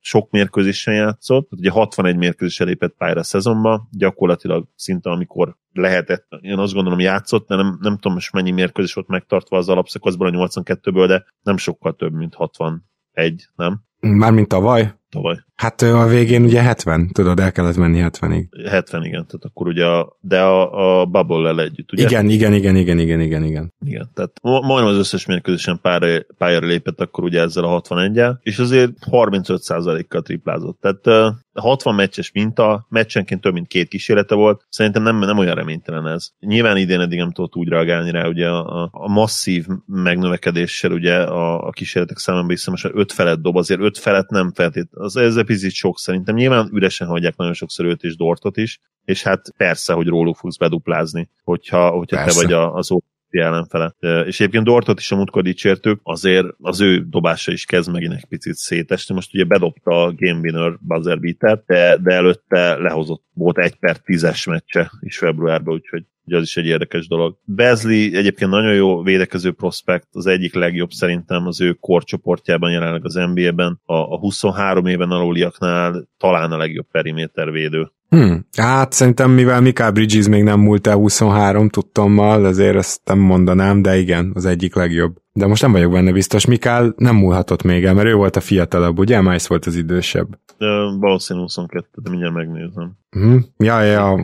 sok mérkőzésen játszott, ugye hatvanegy mérkőzésen lépett pályára a szezonban, gyakorlatilag szinte amikor lehetett, én azt gondolom játszott, de nem, nem tudom most mennyi mérkőzés volt megtartva az alapszakaszból a nyolcvankettőből, de nem sokkal több, mint hatvanegy, nem? Mármint tavaly? Tavaly. Hát a végén ugye hetven, tudod, el kellett menni hetvenig. hetven, igen, tehát akkor ugye, a, de a, a Bubble-lel együtt, ugye? Igen, igen, igen, igen, igen, igen, igen. Igen, tehát majdnem az összes mérkőzésen pályára, pályára lépett akkor ugye ezzel a hatvanegyel, és azért harmincöt százalékkal triplázott. Tehát uh, hatvan meccses minta, meccsenként több mint két kísérlete volt, szerintem nem, nem olyan reménytelen ez. Nyilván idén eddig nem tudott úgy reagálni rá, ugye a, a masszív megnövekedéssel ugye a, a kísérletek számában is most öt felett dob, azért öt felett nem feltétlenül, az ez egy picit sok szerintem. Nyilván üresen hagyják nagyon sokszor őt és Dortot is, és hát persze, hogy róluk fogsz beduplázni, hogyha, hogyha te vagy az ó pé ellenfele. És egyébként Dortot is a múltkor dicsértük, azért az ő dobása is kezd megint egy picit szétesni. Most ugye bedobta a Game Winner buzzer beater, de, de előtte lehozott, volt egy per tízes meccse is februárban, úgyhogy ugye az is egy érdekes dolog. Beasley egyébként nagyon jó védekező prospekt, az egyik legjobb szerintem az ő korcsoportjában jelenleg az en bé á-ben, a, a huszonhárom éven aluliaknál talán a legjobb perimétervédő. Hmm. Hát szerintem, mivel Mikal Bridges még nem múlt el huszonhárom tudtommal, azért ezt nem mondanám, de igen, az egyik legjobb. De most nem vagyok benne biztos, Mikal nem múlhatott még el, mert ő volt a fiatalabb, ugye? Miles volt az idősebb. De valószínűleg huszonkettő, de mindjárt megnézem. Hmm. Ja, ja.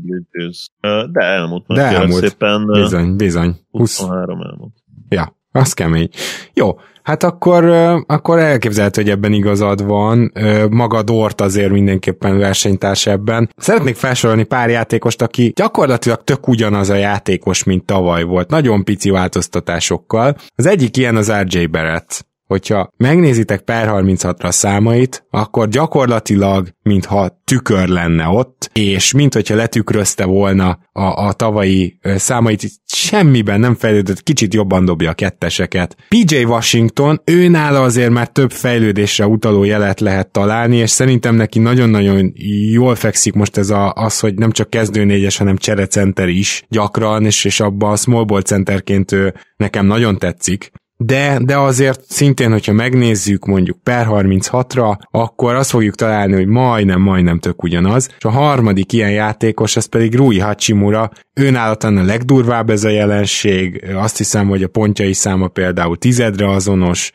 De elmúlt. De elmúlt. Szépen, bizony, bizony. huszonhárom elmúlt. Ja, az kemény. Jó, hát akkor, akkor elképzelhető, hogy ebben igazad van. Maga Dort azért mindenképpen versenytárs ebben. Szeretnék felsorolni pár játékost, aki gyakorlatilag tök ugyanaz a játékos, mint tavaly volt. Nagyon pici változtatásokkal. Az egyik ilyen az er jé Barrett. Hogyha megnézitek per harminchatra a számait, akkor gyakorlatilag, mintha tükör lenne ott, és mint hogyha letükrözte volna a, a tavalyi számait, semmiben nem fejlődött, kicsit jobban dobja a ketteseket. pé jé Washington, őnála azért már több fejlődésre utaló jelet lehet találni, és szerintem neki nagyon-nagyon jól fekszik most ez a, az, hogy nem csak kezdőnégyes, hanem cserecenter is gyakran, és, és abban a small ball centerként ő nekem nagyon tetszik. De, de azért szintén, hogyha megnézzük mondjuk per harminchatra, akkor azt fogjuk találni, hogy majdnem, majdnem tök ugyanaz. És a harmadik ilyen játékos, az pedig Rui Hachimura, őnála talán a legdurvább ez a jelenség, azt hiszem, hogy a pontjai száma például tizedre azonos.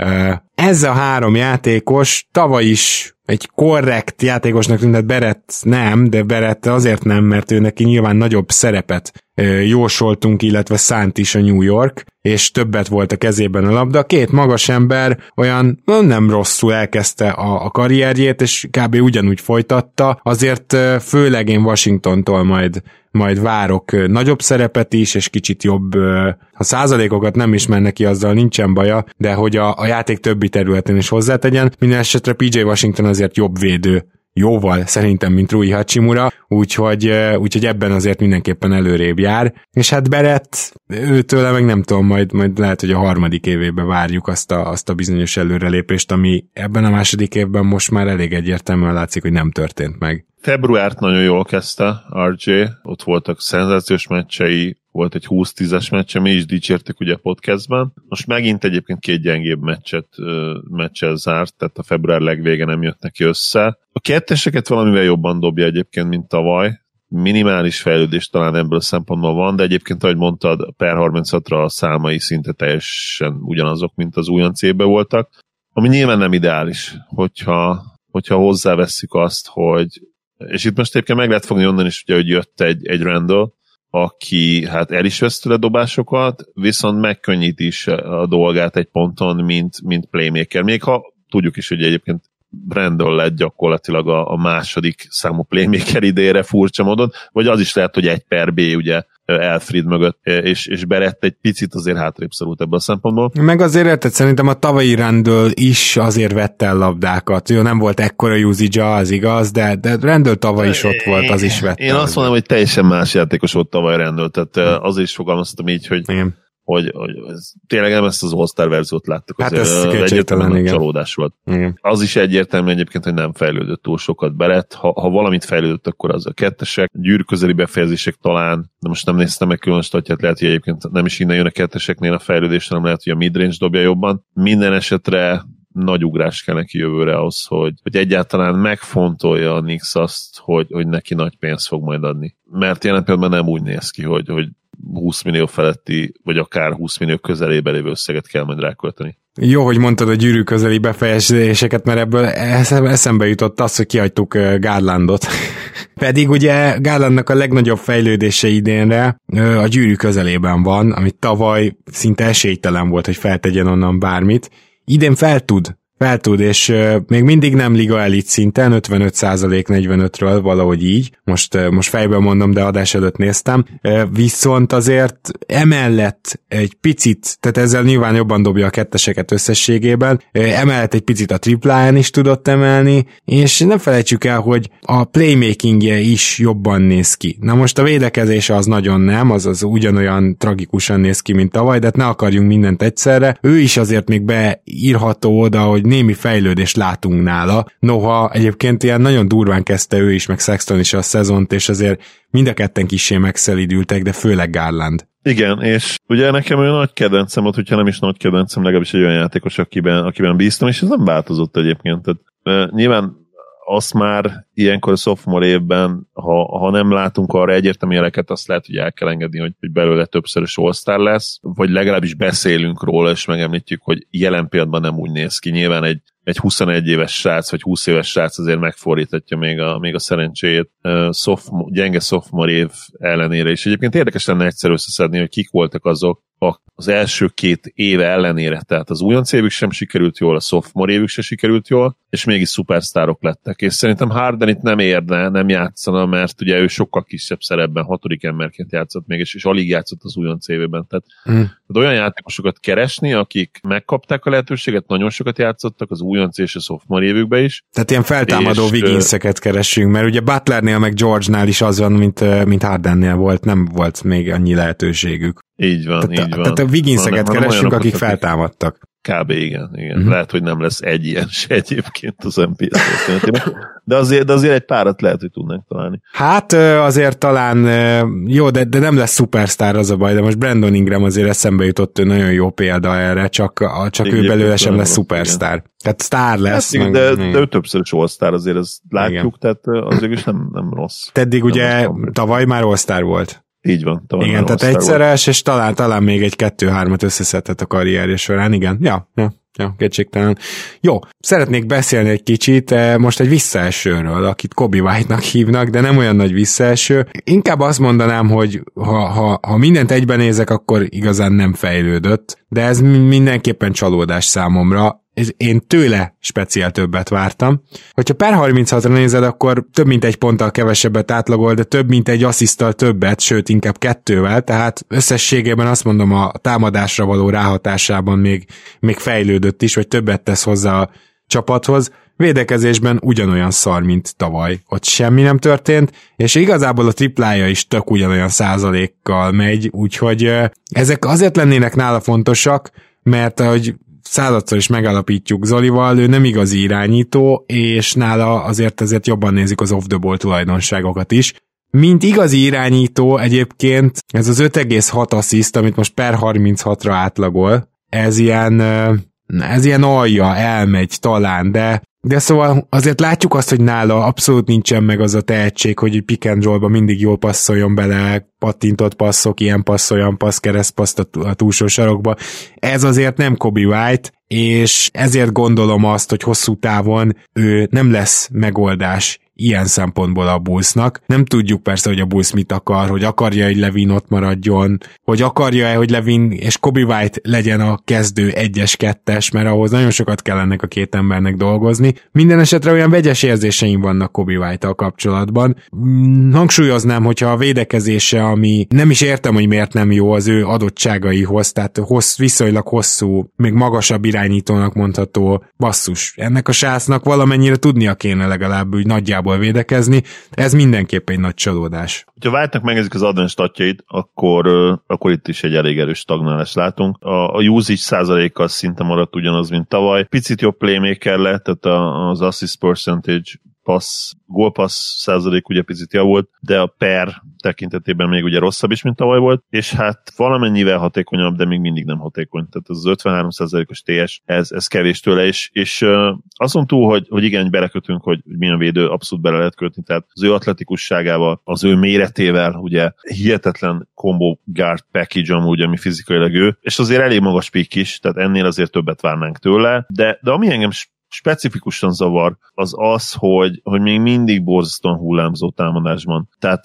Ez a három játékos tavaly is egy korrekt játékosnak tűnt, Barrett nem, de Barrett azért nem, mert ő neki nyilván nagyobb szerepet jósoltunk, illetve szánt is a New York, és többet volt a kezében a labda. Két magas ember olyan nem rosszul elkezdte a, a karrierjét, és kb. Ugyanúgy folytatta, azért főleg én Washingtontól majd, majd várok nagyobb szerepet is, és kicsit jobb, ha százalékokat nem is mennek ki, azzal nincsen baja, de hogy a, a játék többi területen is hozzátegyen. Minden esetre pé jé Washington azért jobb védő, jóval szerintem, mint Rui Hachimura, úgyhogy, úgyhogy ebben azért mindenképpen előrébb jár. És hát Barrett, őtőle meg nem tudom, majd, majd lehet, hogy a harmadik évében várjuk azt a, azt a bizonyos előrelépést, ami ebben a második évben most már elég egyértelműen látszik, hogy nem történt meg. Februárt nagyon jól kezdte er jé, ott voltak szenzációs meccsei, volt egy húsz tízes meccse, mi is dicsértük ugye a podcastben. Most megint egyébként két gyengébb meccset, meccsel zárt, tehát a február legvége nem jött neki össze. A ketteseket valamivel jobban dobja egyébként, mint tavaly. Minimális fejlődés talán ebből a szempontból van, de egyébként, ahogy mondtad, per harminchatra a számai szinte teljesen ugyanazok, mint az újoncében voltak. Ami nyilván nem ideális, hogyha, hogyha hozzávesszük azt, hogy és itt most egyébként meg lehet fogni onnan is, ugye, hogy jött egy, egy Randall, aki hát el is vesz tőle dobásokat, viszont megkönnyít is a dolgát egy ponton, mint, mint playmaker. Még ha tudjuk is, hogy egyébként Randall lett gyakorlatilag a, a második számú playmaker idejére furcsa módon, vagy az is lehet, hogy egy per B ugye Elfrid mögött, és, és Barrett egy picit azért hátrébb szorult ebből a szempontból. Meg azért érted, szerintem a tavalyi Randall is azért vette el labdákat. Jó, nem volt ekkora usage, az igaz, de, de Randall tavaly is ott volt, az is vette. Én azt mondom, hogy teljesen más játékos volt tavaly Randall, tehát hmm. azért is fogalmaztam így, hogy igen. Hogy, hogy ez, tényleg nem ezt az All-Star verziót láttuk, hát azért ez egyértelműen csalódás volt. Igen. Az is egyértelmű egyébként, hogy nem fejlődött túl sokat Barrett. Ha, ha valamit fejlődött, akkor az a kettesek, gyűrű közeli befejezések talán, de most nem néztem meg külön statját, lehet, hogy egyébként nem is innen jön a ketteseknél a fejlődés, hanem lehet, hogy a midrange dobja jobban. Minden esetre nagy ugrás kell neki jövőre ahhoz, hogy, hogy egyáltalán megfontolja a Knicks azt, hogy, hogy neki nagy pénzt fog majd adni. Mert jelen pillanatban nem úgy néz ki, hogy, hogy húsz millió feletti, vagy akár húsz millió közelébe lévő összeget kell majd rákölteni. Jó, hogy mondtad a gyűrű közeli befejezéseket, mert ebből eszembe jutott az, hogy kihagytuk Garlandot. Pedig ugye Garlandnak a legnagyobb fejlődése idénre a gyűrű közelében van, amit tavaly szinte esélytelen volt, hogy feltegyen onnan bármit. Idén fel tud, fel tud, és uh, még mindig nem liga elit szinten, ötvenöt százalék negyvenötről, valahogy így, most, uh, most fejből mondom, de adás előtt néztem, uh, viszont azért emellett egy picit, tehát ezzel nyilván jobban dobja a ketteseket összességében, uh, emellett egy picit a tripláján is tudott emelni, és nem felejtsük el, hogy a playmakingje is jobban néz ki. Na most a védekezése az nagyon nem, az, az ugyanolyan tragikusan néz ki, mint tavaly, de hát ne akarjunk mindent egyszerre. Ő is azért még beírható oda, hogy némi fejlődést látunk nála. Noha egyébként ilyen nagyon durván kezdte ő is, meg Sexton is a szezont, és azért mind a ketten kissé megszelidültek, de főleg Garland. Igen, és ugye nekem olyan nagy kedvencem volt, hogyha nem is nagy kedvencem, legalábbis egy olyan játékos, akiben, akiben bíztam, és ez nem változott egyébként. Tehát, uh, nyilván azt már ilyenkor a sophomore évben, ha, ha nem látunk arra egyértelmű jeleket, azt lehet, hogy el kell engedni, hogy, hogy belőle többszörös all-star lesz, vagy legalábbis beszélünk róla, és megemlítjük, hogy jelen pillanatban nem úgy néz ki. Nyilván egy, egy huszonegy éves srác, vagy húsz éves srác azért megfordíthatja még a, még a szerencséjét uh, sophomore, gyenge sophomore év ellenére. És egyébként érdekes lenne egyszer összeszedni, hogy kik voltak azok az első két éve ellenére. Tehát az újonc évük sem sikerült jól, a sophomore évük sem sikerült jól, és mégis szupersztárok lettek. És szerintem Harden itt nem érne, nem játszana, mert ugye ő sokkal kisebb szerepben, hatodik emberként játszott még, és, és alig játszott az újonc évében. Tehát, mm. tehát olyan játékosokat keresni, akik megkapták a lehetőséget, nagyon sokat játszottak az újonc és a sophomore évükben is. Tehát ilyen feltámadó Wigginseket keresünk, mert ugye Butlernél meg George-nál is az van, mint, mint Hardennél volt, nem volt még annyi lehetőségük. Így van, tehát, így van. Tehát a Wigginseket keresünk, akik feltámadtak. Kb. igen, igen. Uh-huh. Lehet, hogy nem lesz egy ilyen se egyébként az en bé á történetében, de azért, de azért egy párat lehet, hogy tudnánk találni. Hát azért talán jó, de, de nem lesz szupersztár, az a baj, de most Brandon Ingram azért eszembe jutott, ő nagyon jó példa erre, csak, csak ő belőle sem lesz szupersztár. Tehát sztár lesz. Hát, meg, de, de ő többszörös all-star, azért ezt látjuk, igen. Tehát azért is nem, nem rossz. Teddig ugye tavaly már all-star volt. Így van. Igen, tehát egyszeres, és talán, talán még egy kettő-hármat összeszedhet a karrierje során, igen. Ja, ja, ja, kétségtelen. Jó, szeretnék beszélni egy kicsit most egy visszaesőről, akit Kobe White-nak hívnak, de nem olyan nagy visszaeső. Inkább azt mondanám, hogy ha, ha, ha mindent egyben nézek, akkor igazán nem fejlődött, de ez mindenképpen csalódás számomra. Én tőle speciál többet vártam. Hogyha per harminchatra nézed, akkor több mint egy ponttal kevesebbet átlagol, de több mint egy assziszttal többet, sőt inkább kettővel, tehát összességében azt mondom, a támadásra való ráhatásában még, még fejlődött is, vagy többet tesz hozzá a csapathoz. Védekezésben ugyanolyan szar, mint tavaly. Ott semmi nem történt, és igazából a triplája is tök ugyanolyan százalékkal megy, úgyhogy ezek azért lennének nála fontosak, mert ahogy századszor is megállapítjuk Zolival, ő nem igazi irányító, és nála azért ezért jobban nézik az off-the-ball tulajdonságokat is. Mint igazi irányító egyébként ez az öt egész hat assziszt, amit most per harminchatra átlagol, ez ilyen, ez ilyen alja, elmegy talán, de De szóval azért látjuk azt, hogy nála abszolút nincsen meg az a tehetség, hogy pick and rollba mindig jól passzoljon bele, pattintott passzok, ilyen passz, olyan passz, keresztpaszt a túlsó sarokba. Ez azért nem Kobe White, és ezért gondolom azt, hogy hosszú távon ő nem lesz megoldás ilyen szempontból a Bullsnak. Nem tudjuk persze, hogy a Bulls mit akar, hogy akarja, hogy Levin ott maradjon, hogy akarja-e, hogy Levin és Kobe White legyen a kezdő egyes-kettes, mert ahhoz nagyon sokat kell ennek a két embernek dolgozni. Minden esetre olyan vegyes érzéseim vannak Kobe White-tal kapcsolatban. Hangsúlyoznám, hogyha a védekezése, ami nem is értem, hogy miért nem jó az ő adottságaihoz, tehát hossz, viszonylag hosszú, még magasabb irányítónak mondható basszus. Ennek a srácnak valamennyire tudnia kéne legalább úgy nagyjából védekezni, ez mindenképp egy nagy csalódás. Ha White-nak megnézzük az advanced statjait, akkor, akkor itt is egy elég erős stagnálást látunk. A, a usage százalékkal szinte maradt ugyanaz, mint tavaly. Picit jobb playmaker lett, tehát az assist percentage passz, gólpassz százalék ugye picit javult, de a per tekintetében még ugye rosszabb is, mint tavaly volt, és hát valamennyivel hatékonyabb, de még mindig nem hatékony. Tehát az ötvenhárom százalékos té es, ez, ez kevés tőle, és, és uh, azon túl, hogy, hogy igen, belekötünk, hogy milyen védő, abszolút bele lehet kötni, tehát az ő atletikusságával, az ő méretével, ugye hihetetlen combo guard package amúgy, ami fizikailag ő, és azért elég magas pick is, tehát ennél azért többet várnánk tőle, de, de ami engem specifikusan zavar, az az, hogy, hogy még mindig borzasztóan hullámzó támadásban. Tehát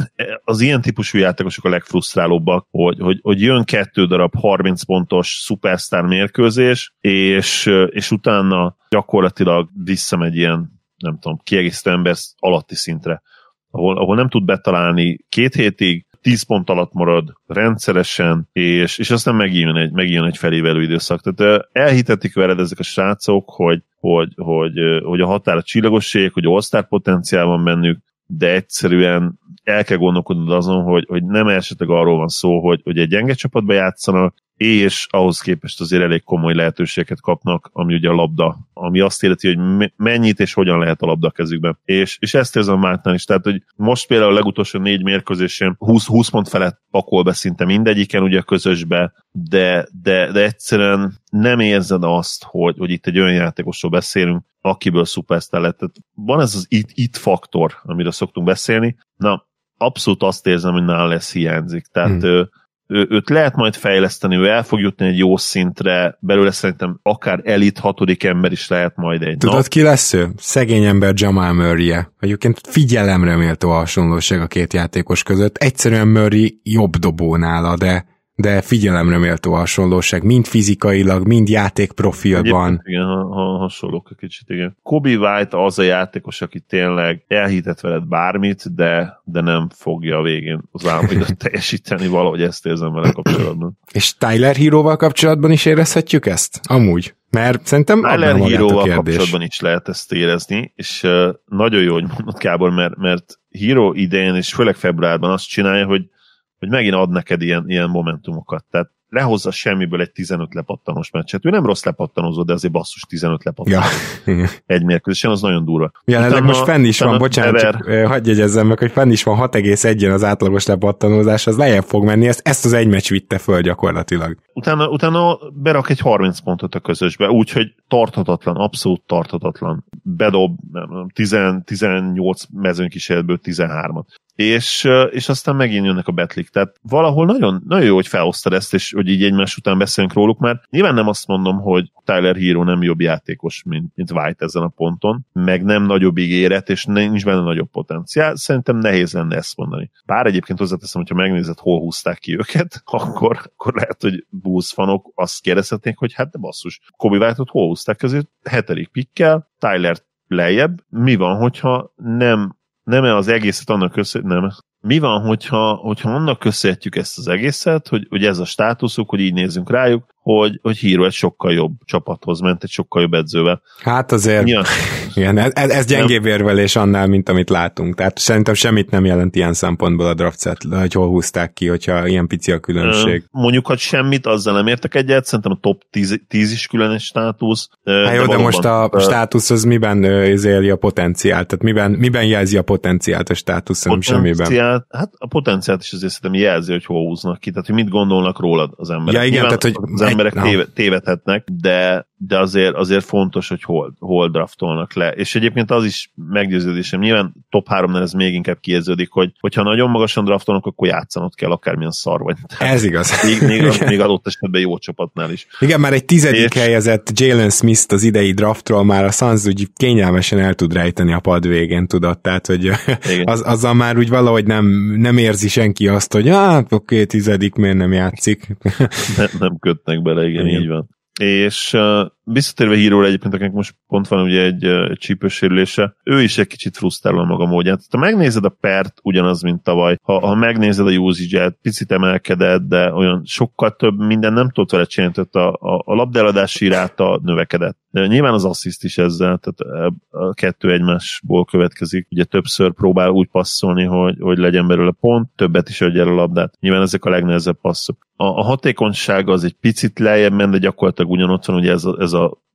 az ilyen típusú játékosok a legfrusztrálóbbak, hogy, hogy, hogy jön kettő darab harminc pontos szupersztár mérkőzés, és, és utána gyakorlatilag visszamegy ilyen, nem tudom, kiegészítő ember alatti szintre, ahol, ahol nem tud betalálni két hétig, tíz pont alatt marad rendszeresen, és, és aztán megjön egy, megjön egy felévelő időszak. Tehát elhitetik veled ezek a srácok, hogy, hogy, hogy, hogy a határ a csillagosség, hogy all-star potenciál van bennük, de egyszerűen el kell gondolkodnod azon, hogy, hogy nem esetleg arról van szó, hogy, hogy egy gyenge csapatba játszanak, és ahhoz képest azért elég komoly lehetőségeket kapnak, ami ugye a labda, ami azt illeti, hogy mennyit és hogyan lehet a labda kezükben. És, és ezt érzem Mártnál is, tehát hogy most például a legutolsó négy mérkőzésen húsz, húsz pont felett pakol be szinte mindegyiken ugye a közösbe, de, de, de egyszerűen nem érzed azt, hogy, hogy itt egy olyan játékosról beszélünk, akiből szupersztár lett. Tehát van ez az it, it faktor, amiről szoktunk beszélni. Na, abszolút azt érzem, hogy nála lesz hiányzik. Tehát hmm. ő, ő, őt lehet majd fejleszteni, ő el fog jutni egy jó szintre, belőle szerintem akár elit hatodik ember is lehet majd egy Tudod, nap. Ki lesz ő? Szegény ember Jamal Murray-e. Egyébként figyelemre méltó a hasonlóság a két játékos között. Egyszerűen Murray jobb dobó nála, de de figyelemre méltó hasonlóság, mind fizikailag, mind játékprofilban. Egyébként igen, ha, ha hasonlók a kicsit, igen. Kobe White az a játékos, aki tényleg elhitett veled bármit, de, de nem fogja a végén az álmaidat teljesíteni, valahogy ezt érzem vele kapcsolatban. És Tyler Heroval kapcsolatban is érezhetjük ezt? Amúgy. Mert szerintem Tyler Heroval kapcsolatban is lehet ezt érezni, és uh, nagyon jó, hogy mondod, Gábor, mert, mert Hero idején, és főleg februárban azt csinálja, hogy hogy megint ad neked ilyen, ilyen momentumokat. Tehát lehozza semmiből egy tizenöt lepattanós meccset. Ő nem rossz lepattanózó, de azért basszus tizenöt lepattanós. Ja. Egy mérkőzésen, az nagyon durva. Jelenleg most fenn is van, bocsánat, ever... csak hadd jegyezzem meg, hogy fenn is van hat egész egy az átlagos lepattanózás, az lejjebb fog menni, ezt, ezt az egy meccs vitte föl gyakorlatilag. Utána, utána berak egy harminc pontot a közösbe, úgyhogy tarthatatlan, abszolút tarthatatlan. Bedob nem, tíz, tizennyolc mezőnykísérletből tizenhármat. És, és aztán megint jönnek a betlik. Tehát valahol nagyon, nagyon jó, hogy felosztad ezt, és hogy így egymás után beszélünk róluk, mert nyilván nem azt mondom, hogy Tyler Hero nem jobb játékos, mint, mint White ezen a ponton, meg nem nagyobb ígéret, és nincs benne nagyobb potenciál. Szerintem nehéz lenne ezt mondani. Bár egyébként hozzáteszem, hogyha megnézed, hol húzták ki őket, akkor, akkor lehet, hogy Bulls fanok azt kérdezhetnék, hogy hát de basszus, Kobe White-ot hol húzták között? Hetedik pikkel, Tyler lejjebb. Mi van, hogyha nem nem az egészet annak köszönhetjük, nem. Mi van, hogyha, hogyha annak köszönhetjük ezt az egészet, hogy, hogy ez a státuszuk, hogy így nézzünk rájuk, hogy, hogy Hero egy sokkal jobb csapathoz ment, egy sokkal jobb edzővel. Hát azért, ja. igen, ez, ez gyengébb érvelés annál, mint amit látunk. Tehát szerintem semmit nem jelent ilyen szempontból a draftset, hogy hol húzták ki, hogyha ilyen pici a különbség. Mondjuk, hogy semmit, azzal nem értek egyet, szerintem a top tíz is külön státusz. Hát jó, de, de most a státusz az miben éli a potenciált? Tehát miben, miben jelzi a potenciált a státusz? Semmiben. Hát a potenciált is azért szerintem jelzi, hogy hol húznak ki, tehát hogy mit gondolnak rólad az emberek. Ja, igen, tehát, hogy az emberek egy, téve, tévedhetnek, de, de azért, azért fontos, hogy hol, hol draftolnak le. És egyébként az is meggyőződésem, nyilván top háromnál ez még inkább kiérződik, hogy hogyha nagyon magasan draftolnak, akkor játszanod kell, akármilyen szar vagy. Tehát ez igaz. Még, még, még adott esetben jó csapatnál is. Igen, már egy tizedik és... helyezett Jalen Smith az idei draftról már a Suns úgy kényelmesen el tud rejteni a pad végén, tudod, tehát hogy az, azzal már úgy valahogy nem, nem érzi senki azt, hogy hát oké, tizedik, miért nem játszik. nem, nem kötnek bele, igen, igen. Így van. És uh, visszatérve Hero-ra egyébként, akinek most pont van ugye egy, uh, egy csípős sérülése, ő is egy kicsit frusztrálva maga módját. Ha megnézed a pert, ugyanaz, mint tavaly. Ha, ha megnézed a usage-et, picit emelkedett, de olyan sokkal több minden nem tudott vele csinálni, tehát a, a, a labdáladási ráta növekedett. De nyilván az assziszt is ezzel, tehát a kettő egymásból következik. Ugye többször próbál úgy passzolni, hogy, hogy legyen belőle pont, többet is adja el a labdát. Nyilván ezek a legnehezebb passzok. A, a hatékonysága az egy picit lejjebb ment, de gyakorlatilag ugyanott van, ugye ez a, ez a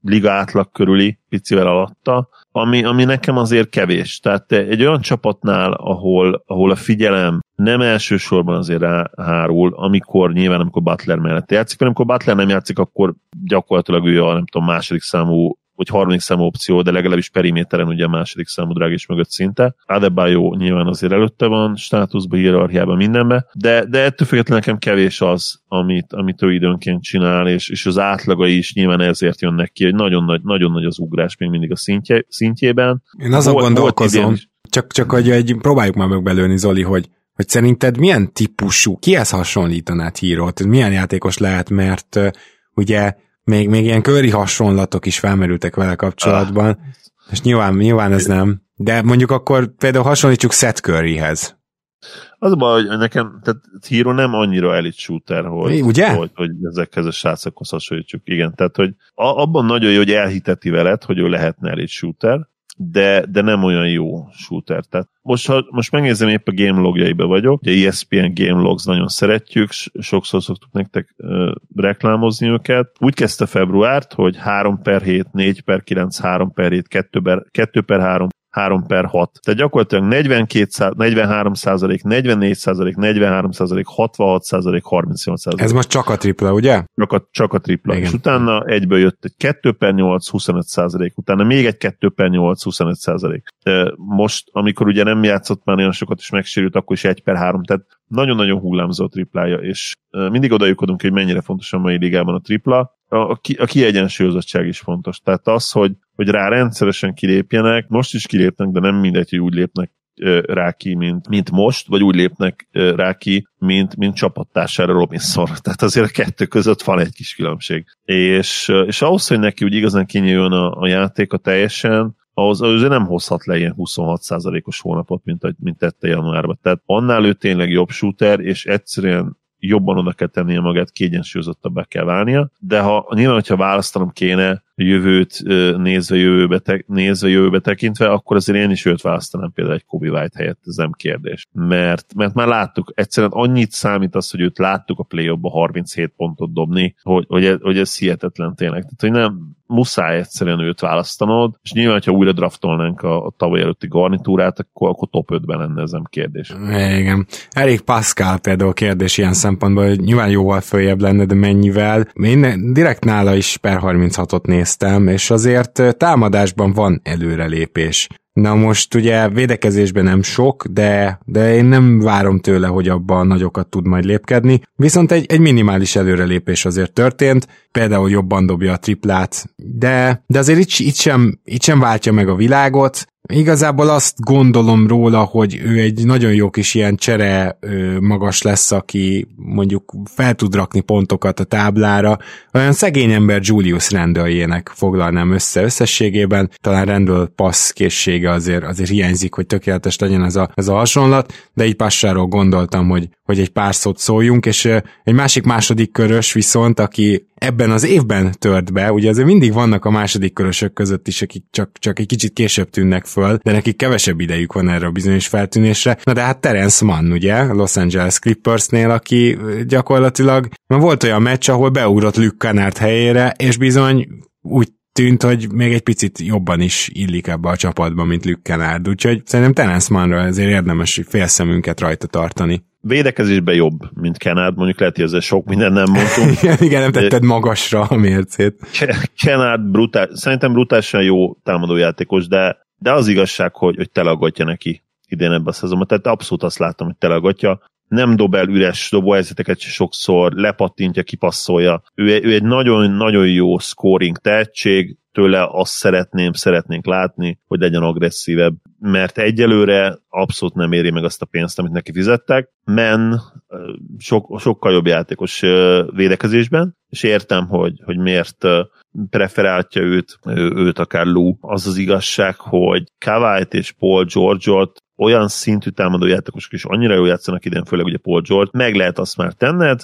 liga átlag körüli, picivel alatta, ami, ami nekem azért kevés. Tehát egy olyan csapatnál, ahol, ahol a figyelem nem elsősorban azért hárul, amikor nyilván, amikor Butler mellett játszik, mert amikor Butler nem játszik, akkor gyakorlatilag ő a nem tudom, második számú vagy harmadik számú opció, de legalábbis periméteren ugye a második számú Dragic mögött szinte. Adebayo nyilván azért előtte van, státuszban, hierarchiában, mindenbe, de, de ettől függetlenül nekem kevés az, amit, amit ő időnként csinál, és, és az átlagai is nyilván ezért jönnek ki, hogy nagyon nagy, nagyon nagy az ugrás még mindig a szintje, szintjében. Én azon volt, gondolkozom, volt csak, csak hogy egy, próbáljuk már megbelőni, Zoli, hogy hogy szerinted milyen típusú, kihez hasonlítanád Hírót? Milyen játékos lehet, mert uh, ugye még, még ilyen Curry hasonlatok is felmerültek vele kapcsolatban, ah. és nyilván, nyilván ez nem, de mondjuk akkor például hasonlítsuk Seth Curryhez. Az a baj, hogy nekem, tehát Hero nem annyira elite shooter, hogy, Ugye? hogy, hogy ezekhez a srácokhoz hasonlítsuk. Igen, tehát hogy abban nagyon jó, hogy elhiteti veled, hogy ő lehetne elite shooter, de, de nem olyan jó shooter. Tehát most, ha, most megnézem, épp a game logjaiba vagyok, ugye E S P N Game Logs nagyon szeretjük, sokszor szoktuk nektek uh, reklámozni őket. Úgy kezdte februárt, hogy három per hét, négy per kilenc, három per hét, kettő per három, három per hat. Tehát gyakorlatilag negyvenkét, negyvenhárom százalék, negyvennégy százalék, negyvenhárom százalék, hatvanhat százalék, harmincnyolc százalék. Ez most csak a tripla, ugye? Csak a, csak a tripla. Igen. És utána egyből jött egy kettő per nyolc, huszonöt százalék, utána még egy kettő per nyolc, huszonöt százalék. Most, amikor ugye nem játszott már nagyon sokat, és megsérült, akkor is egy per három, tehát nagyon-nagyon hullámzó a triplája, és mindig odajukodunk, hogy mennyire fontos a mai ligában a tripla. A, ki, a kiegyensúlyozottság is fontos. Tehát az, hogy, hogy rá rendszeresen kilépjenek, most is kilépnek, de nem mindegy, hogy úgy lépnek rá ki, mint, mint most, vagy úgy lépnek rá ki, mint, mint csapattársára Robinson. Tehát azért a kettő között van egy kis különbség. És, és ahhoz, hogy neki úgy igazán kinyíljon a, a játéka teljesen, ahhoz ő nem hozhat le ilyen huszonhat százalékos hónapot, mint, mint tette januárban. Tehát annál ő tényleg jobb shooter, és egyszerűen jobban oda kell tennie magát, kiegyensúlyozottabbá kell válnia, de ha nyilván, hogyha választanom kéne jövőt nézve jövőbe, te, nézve jövőbe tekintve, akkor azért én is őt választanám például egy Kobe White helyett, ez nem kérdés. Mert, mert már láttuk, egyszerűen annyit számít az, hogy őt láttuk a play-offba harminchét pontot dobni, hogy, hogy, hogy ez hihetetlen tényleg. Tehát, hogy nem muszáj egyszerűen őt választanod, és nyilván, ha újra draftolnánk a, a tavaly előtti garnitúrát, akkor, akkor top ötben lenne, ez nem kérdés. Igen. Eric Pascal például kérdés ilyen szempontból, hogy nyilván jóval följebb lenne, de mennyivel. Én direkt nála is per harminchatot néztem, és azért támadásban van előrelépés. Na most ugye védekezésben nem sok, de, de én nem várom tőle, hogy abban nagyokat tud majd lépkedni, viszont egy, egy minimális előrelépés azért történt, például jobban dobja a triplát, de, de azért itt, itt, sem, itt sem váltja meg a világot. Igazából azt gondolom róla, hogy ő egy nagyon jó kis ilyen csere magas lesz, aki mondjuk fel tud rakni pontokat a táblára. Olyan szegény ember Julius Randle-jének foglalnám össze összességében. Talán Randle passz készsége azért, azért hiányzik, hogy tökéletes legyen ez a, ez a hasonlat, de így Passáról gondoltam, hogy, hogy egy pár szót szóljunk, és egy másik második körös viszont, aki ebben az évben tört be, ugye azért mindig vannak a második körösök között is, akik csak, csak egy kicsit később tűnnek föl, de nekik kevesebb idejük van erre a bizonyos feltűnésre. Na de hát Terence Mann, ugye, Los Angeles Clippersnél, aki gyakorlatilag volt olyan meccs, ahol beugrott Luke Kennard helyére, és bizony úgy tűnt, hogy még egy picit jobban is illik ebbe a csapatba, mint Luke Kennard, úgyhogy szerintem Terence Mannra ezért érdemes félszemünket rajta tartani. Védekezésben jobb, mint Kennard, mondjuk lehet, hogy ezzel sok minden nem mondtunk. Igen, nem tetted magasra a mércét. Kennard brutál, szerintem brutálisan jó támadójátékos, de, de az igazság, hogy, hogy teleaggatja neki idén ebben a szezonban. Tehát abszolút azt látom, hogy teleaggatja. Nem dob el üres dobóhelyzeteket sokszor, lepattintja, kipasszolja. Ő, ő egy nagyon-nagyon jó scoring tehetség, tőle azt szeretném, szeretnénk látni, hogy legyen agresszívebb, mert egyelőre abszolút nem éri meg azt a pénzt, amit neki fizettek. Men sok, sokkal jobb játékos védekezésben, és értem, hogy, hogy miért preferáltja őt, őt akár Lou. Az az igazság, hogy Kawhi-t és Paul George-ot olyan szintű támadó játékosok is annyira jól játszanak idén, főleg ugye Paul George, meg lehet azt már tenned,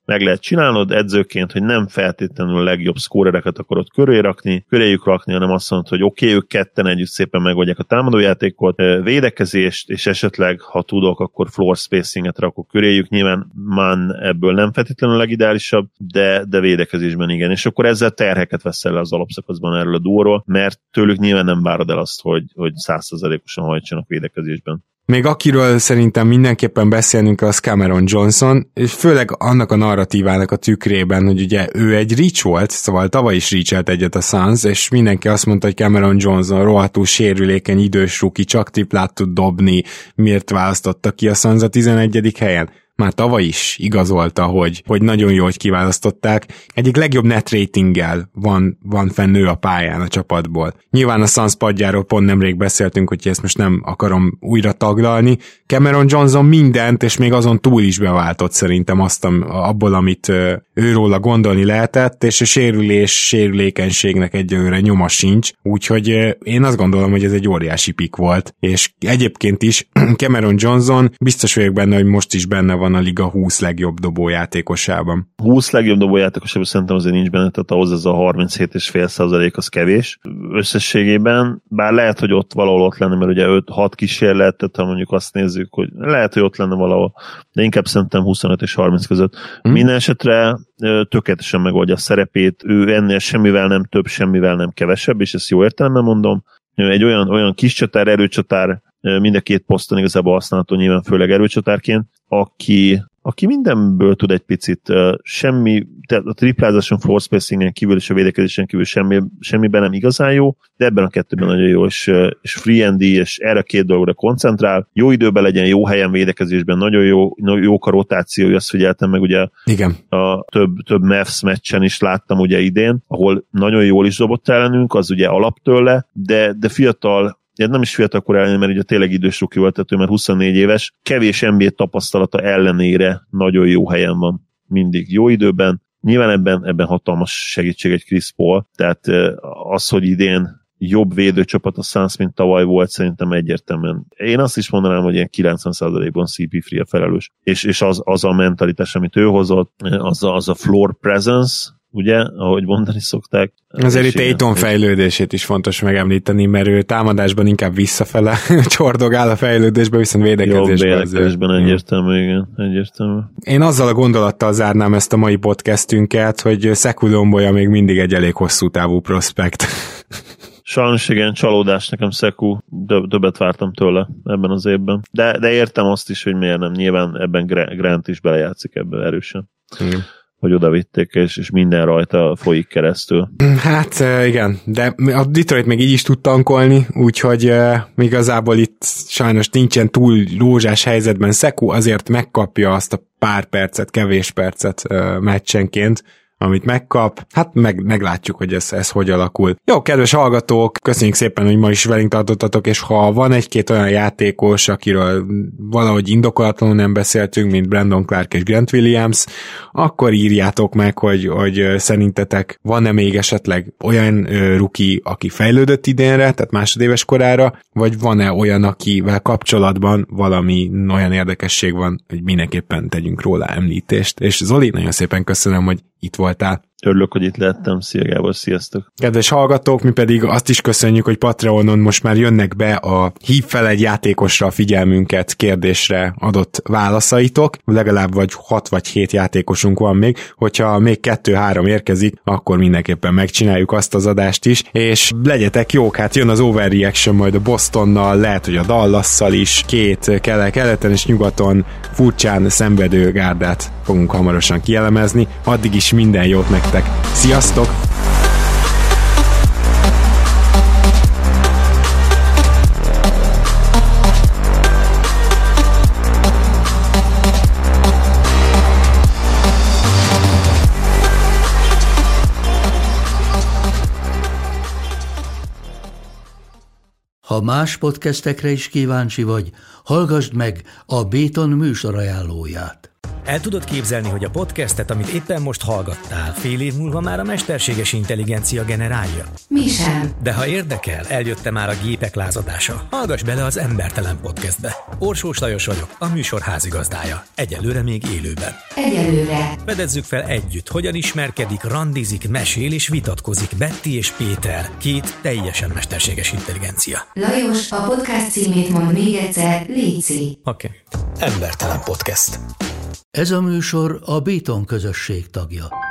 meg lehet csinálnod edzőként, hogy nem feltétlenül a legjobb szkórereket akarod köré rakni, köréjük rakni, hanem azt mondod, hogy oké, okay, ők ketten együtt szépen megoldják a támadójátékot, védekezést, és esetleg, ha tudok, akkor floor spacinget rakok köréjük. Nyilván man ebből nem feltétlenül a legideálisabb, de, de védekezésben igen. És akkor ezzel terheket veszel le az alapszakaszban erről a duóról, mert tőlük nyilván nem várod el azt, hogy, hogy száz százalékosan hajtsanak védekezésben. Még akiről szerintem mindenképpen beszélnünk, az Cameron Johnson, és főleg annak a narratívának a tükrében, hogy ugye ő egy reach volt, szóval tavaly is reachelt egyet a Suns, és mindenki azt mondta, hogy Cameron Johnson rohadtul sérülékeny idős ruki, csak triplát tud dobni, miért választotta ki a Suns a tizenegyedik helyen? Már tavaly is igazolta, hogy, hogy nagyon jó, hogy kiválasztották. Egyik legjobb net ratinggel van, van fennő a pályán a csapatból. Nyilván a Suns padjáról pont nemrég beszéltünk, hogy ezt most nem akarom újra taglalni. Cameron Johnson mindent, és még azon túl is beváltott szerintem azt, abból, amit őróla gondolni lehetett, és a sérülés, sérülékenységnek egyelőre nyoma sincs. Úgyhogy én azt gondolom, hogy ez egy óriási pick volt. És egyébként is Cameron Johnson biztos vagyok benne, hogy most is benne van a liga húsz legjobb dobójátékosában. húsz legjobb dobójátékosában szerintem azért nincs benne, tehát ahhoz ez a harminchét egész öt százalék az kevés összességében, bár lehet, hogy ott valahol ott lenne, mert ugye öt-hat kísérlet, tehát ha mondjuk azt nézzük, hogy lehet, hogy ott lenne valahol, de inkább szerintem huszonöt és harminc között. Hmm. Minden esetre tökéletesen megoldja a szerepét, ő ennél semmivel nem több, semmivel nem kevesebb, és ezt jó értelemben mondom. Egy olyan, olyan kis csatár, erőcsatár, mind a két poszton igazából használható, nyilván főleg erőcsatárként, aki, aki mindenből tud egy picit, semmi, tehát a triplázáson, floor spacingen kívül és a védekezésen kívül semmi, semmiben nem igazán jó, de ebben a kettőben nagyon jó, és, és free and és erre a két dologra koncentrál, jó időben legyen, jó helyen védekezésben, nagyon jó, jók a rotációi, azt figyeltem meg ugye igen. A több, több Mavs meccsen is láttam ugye idén, ahol nagyon jól is dobott ellenünk, az ugye alap tőle, de, de fiatal, de nem is fiatal kor ellen, mert ugye tényleg idős ruki volt, tehát ő már huszonnégy éves, kevés en bé á tapasztalata ellenére nagyon jó helyen van, mindig jó időben. Nyilván ebben, ebben hatalmas segítség egy Chris Paul, tehát az, hogy idén jobb védőcsapat a Suns, mint tavaly volt, szerintem egyértelműen. Én azt is mondanám, hogy ilyen kilencven százalékban cé pé három a felelős, és, és az, az a mentalitás, amit ő hozott, az a, az a floor presence, ugye, ahogy mondani szokták. Azért itt Ayton fejlődését is fontos megemlíteni, mert ő támadásban inkább visszafele csordogál a fejlődésben, viszont védekezésben. Jobb védekezésben egyértelmű, igen, egyértelmű. Én azzal a gondolattal zárnám ezt a mai podcastünket, hogy Sekou Doumbouya még mindig egy elég hosszú távú prospekt. Sajnos igen, csalódás nekem Sekou, többet vártam tőle ebben az évben. De, de értem azt is, hogy miért nem. Nyilván ebben Grant is belejátszik ebben erősen. Igen. Hogy oda vitték, és, és minden rajta folyik keresztül. Hát igen, de a Detroit még így is tud tankolni, úgyhogy uh, igazából itt sajnos nincsen túl rózsás helyzetben Sekou, azért megkapja azt a pár percet, kevés percet uh, meccsenként, amit megkap, hát meg, meglátjuk, hogy ez, ez hogy alakul. Jó, kedves hallgatók, köszönjük szépen, hogy ma is velünk tartottatok, és ha van egy-két olyan játékos, akiről valahogy indokolatlanul nem beszéltünk, mint Brandon Clark és Grant Williams, akkor írjátok meg, hogy, hogy szerintetek van-e még esetleg olyan ö, ruki, aki fejlődött idénre, tehát másodéves korára, vagy van-e olyan, akivel kapcsolatban valami olyan érdekesség van, hogy mindenképpen tegyünk róla említést. És Zoli, nagyon szépen köszönöm, hogy itt voltál. Örülök, hogy itt lettem. Szia Gábor, sziasztok! Kedves hallgatók, mi pedig azt is köszönjük, hogy Patreonon most már jönnek be a hív fel egy játékosra a figyelmünket kérdésre adott válaszaitok. Legalább vagy hat vagy hét játékosunk van még. Hogyha még kettő-három érkezik, akkor mindenképpen megcsináljuk azt az adást is. És legyetek jók, hát jön az Overreaction majd a Bostonnal, lehet, hogy a Dallasszal is. Két keleten és nyugaton furcsán szenvedő gárdát fogunk hamarosan kielemezni. Addig is minden jót nektek. Sziasztok! Ha más podcastekre is kíváncsi vagy, hallgassd meg a Béton műsor ajánlóját. El tudod képzelni, hogy a podcastet, amit éppen most hallgattál, fél év múlva már a mesterséges intelligencia generálja? Mi sem. De ha érdekel, eljötte már a gépek lázadása. Hallgass bele az Embertelen Podcastbe. Orsós Lajos vagyok, a műsor házigazdája. Egyelőre még élőben. Egyelőre. Fedezzük fel együtt, hogyan ismerkedik, randizik, mesél és vitatkozik Betty és Péter, két teljesen mesterséges intelligencia. Lajos, a podcast címét mond még egyszer, léci. Oké. Okay. Embertelen Podcast. Ez a műsor a Béton közösség tagja.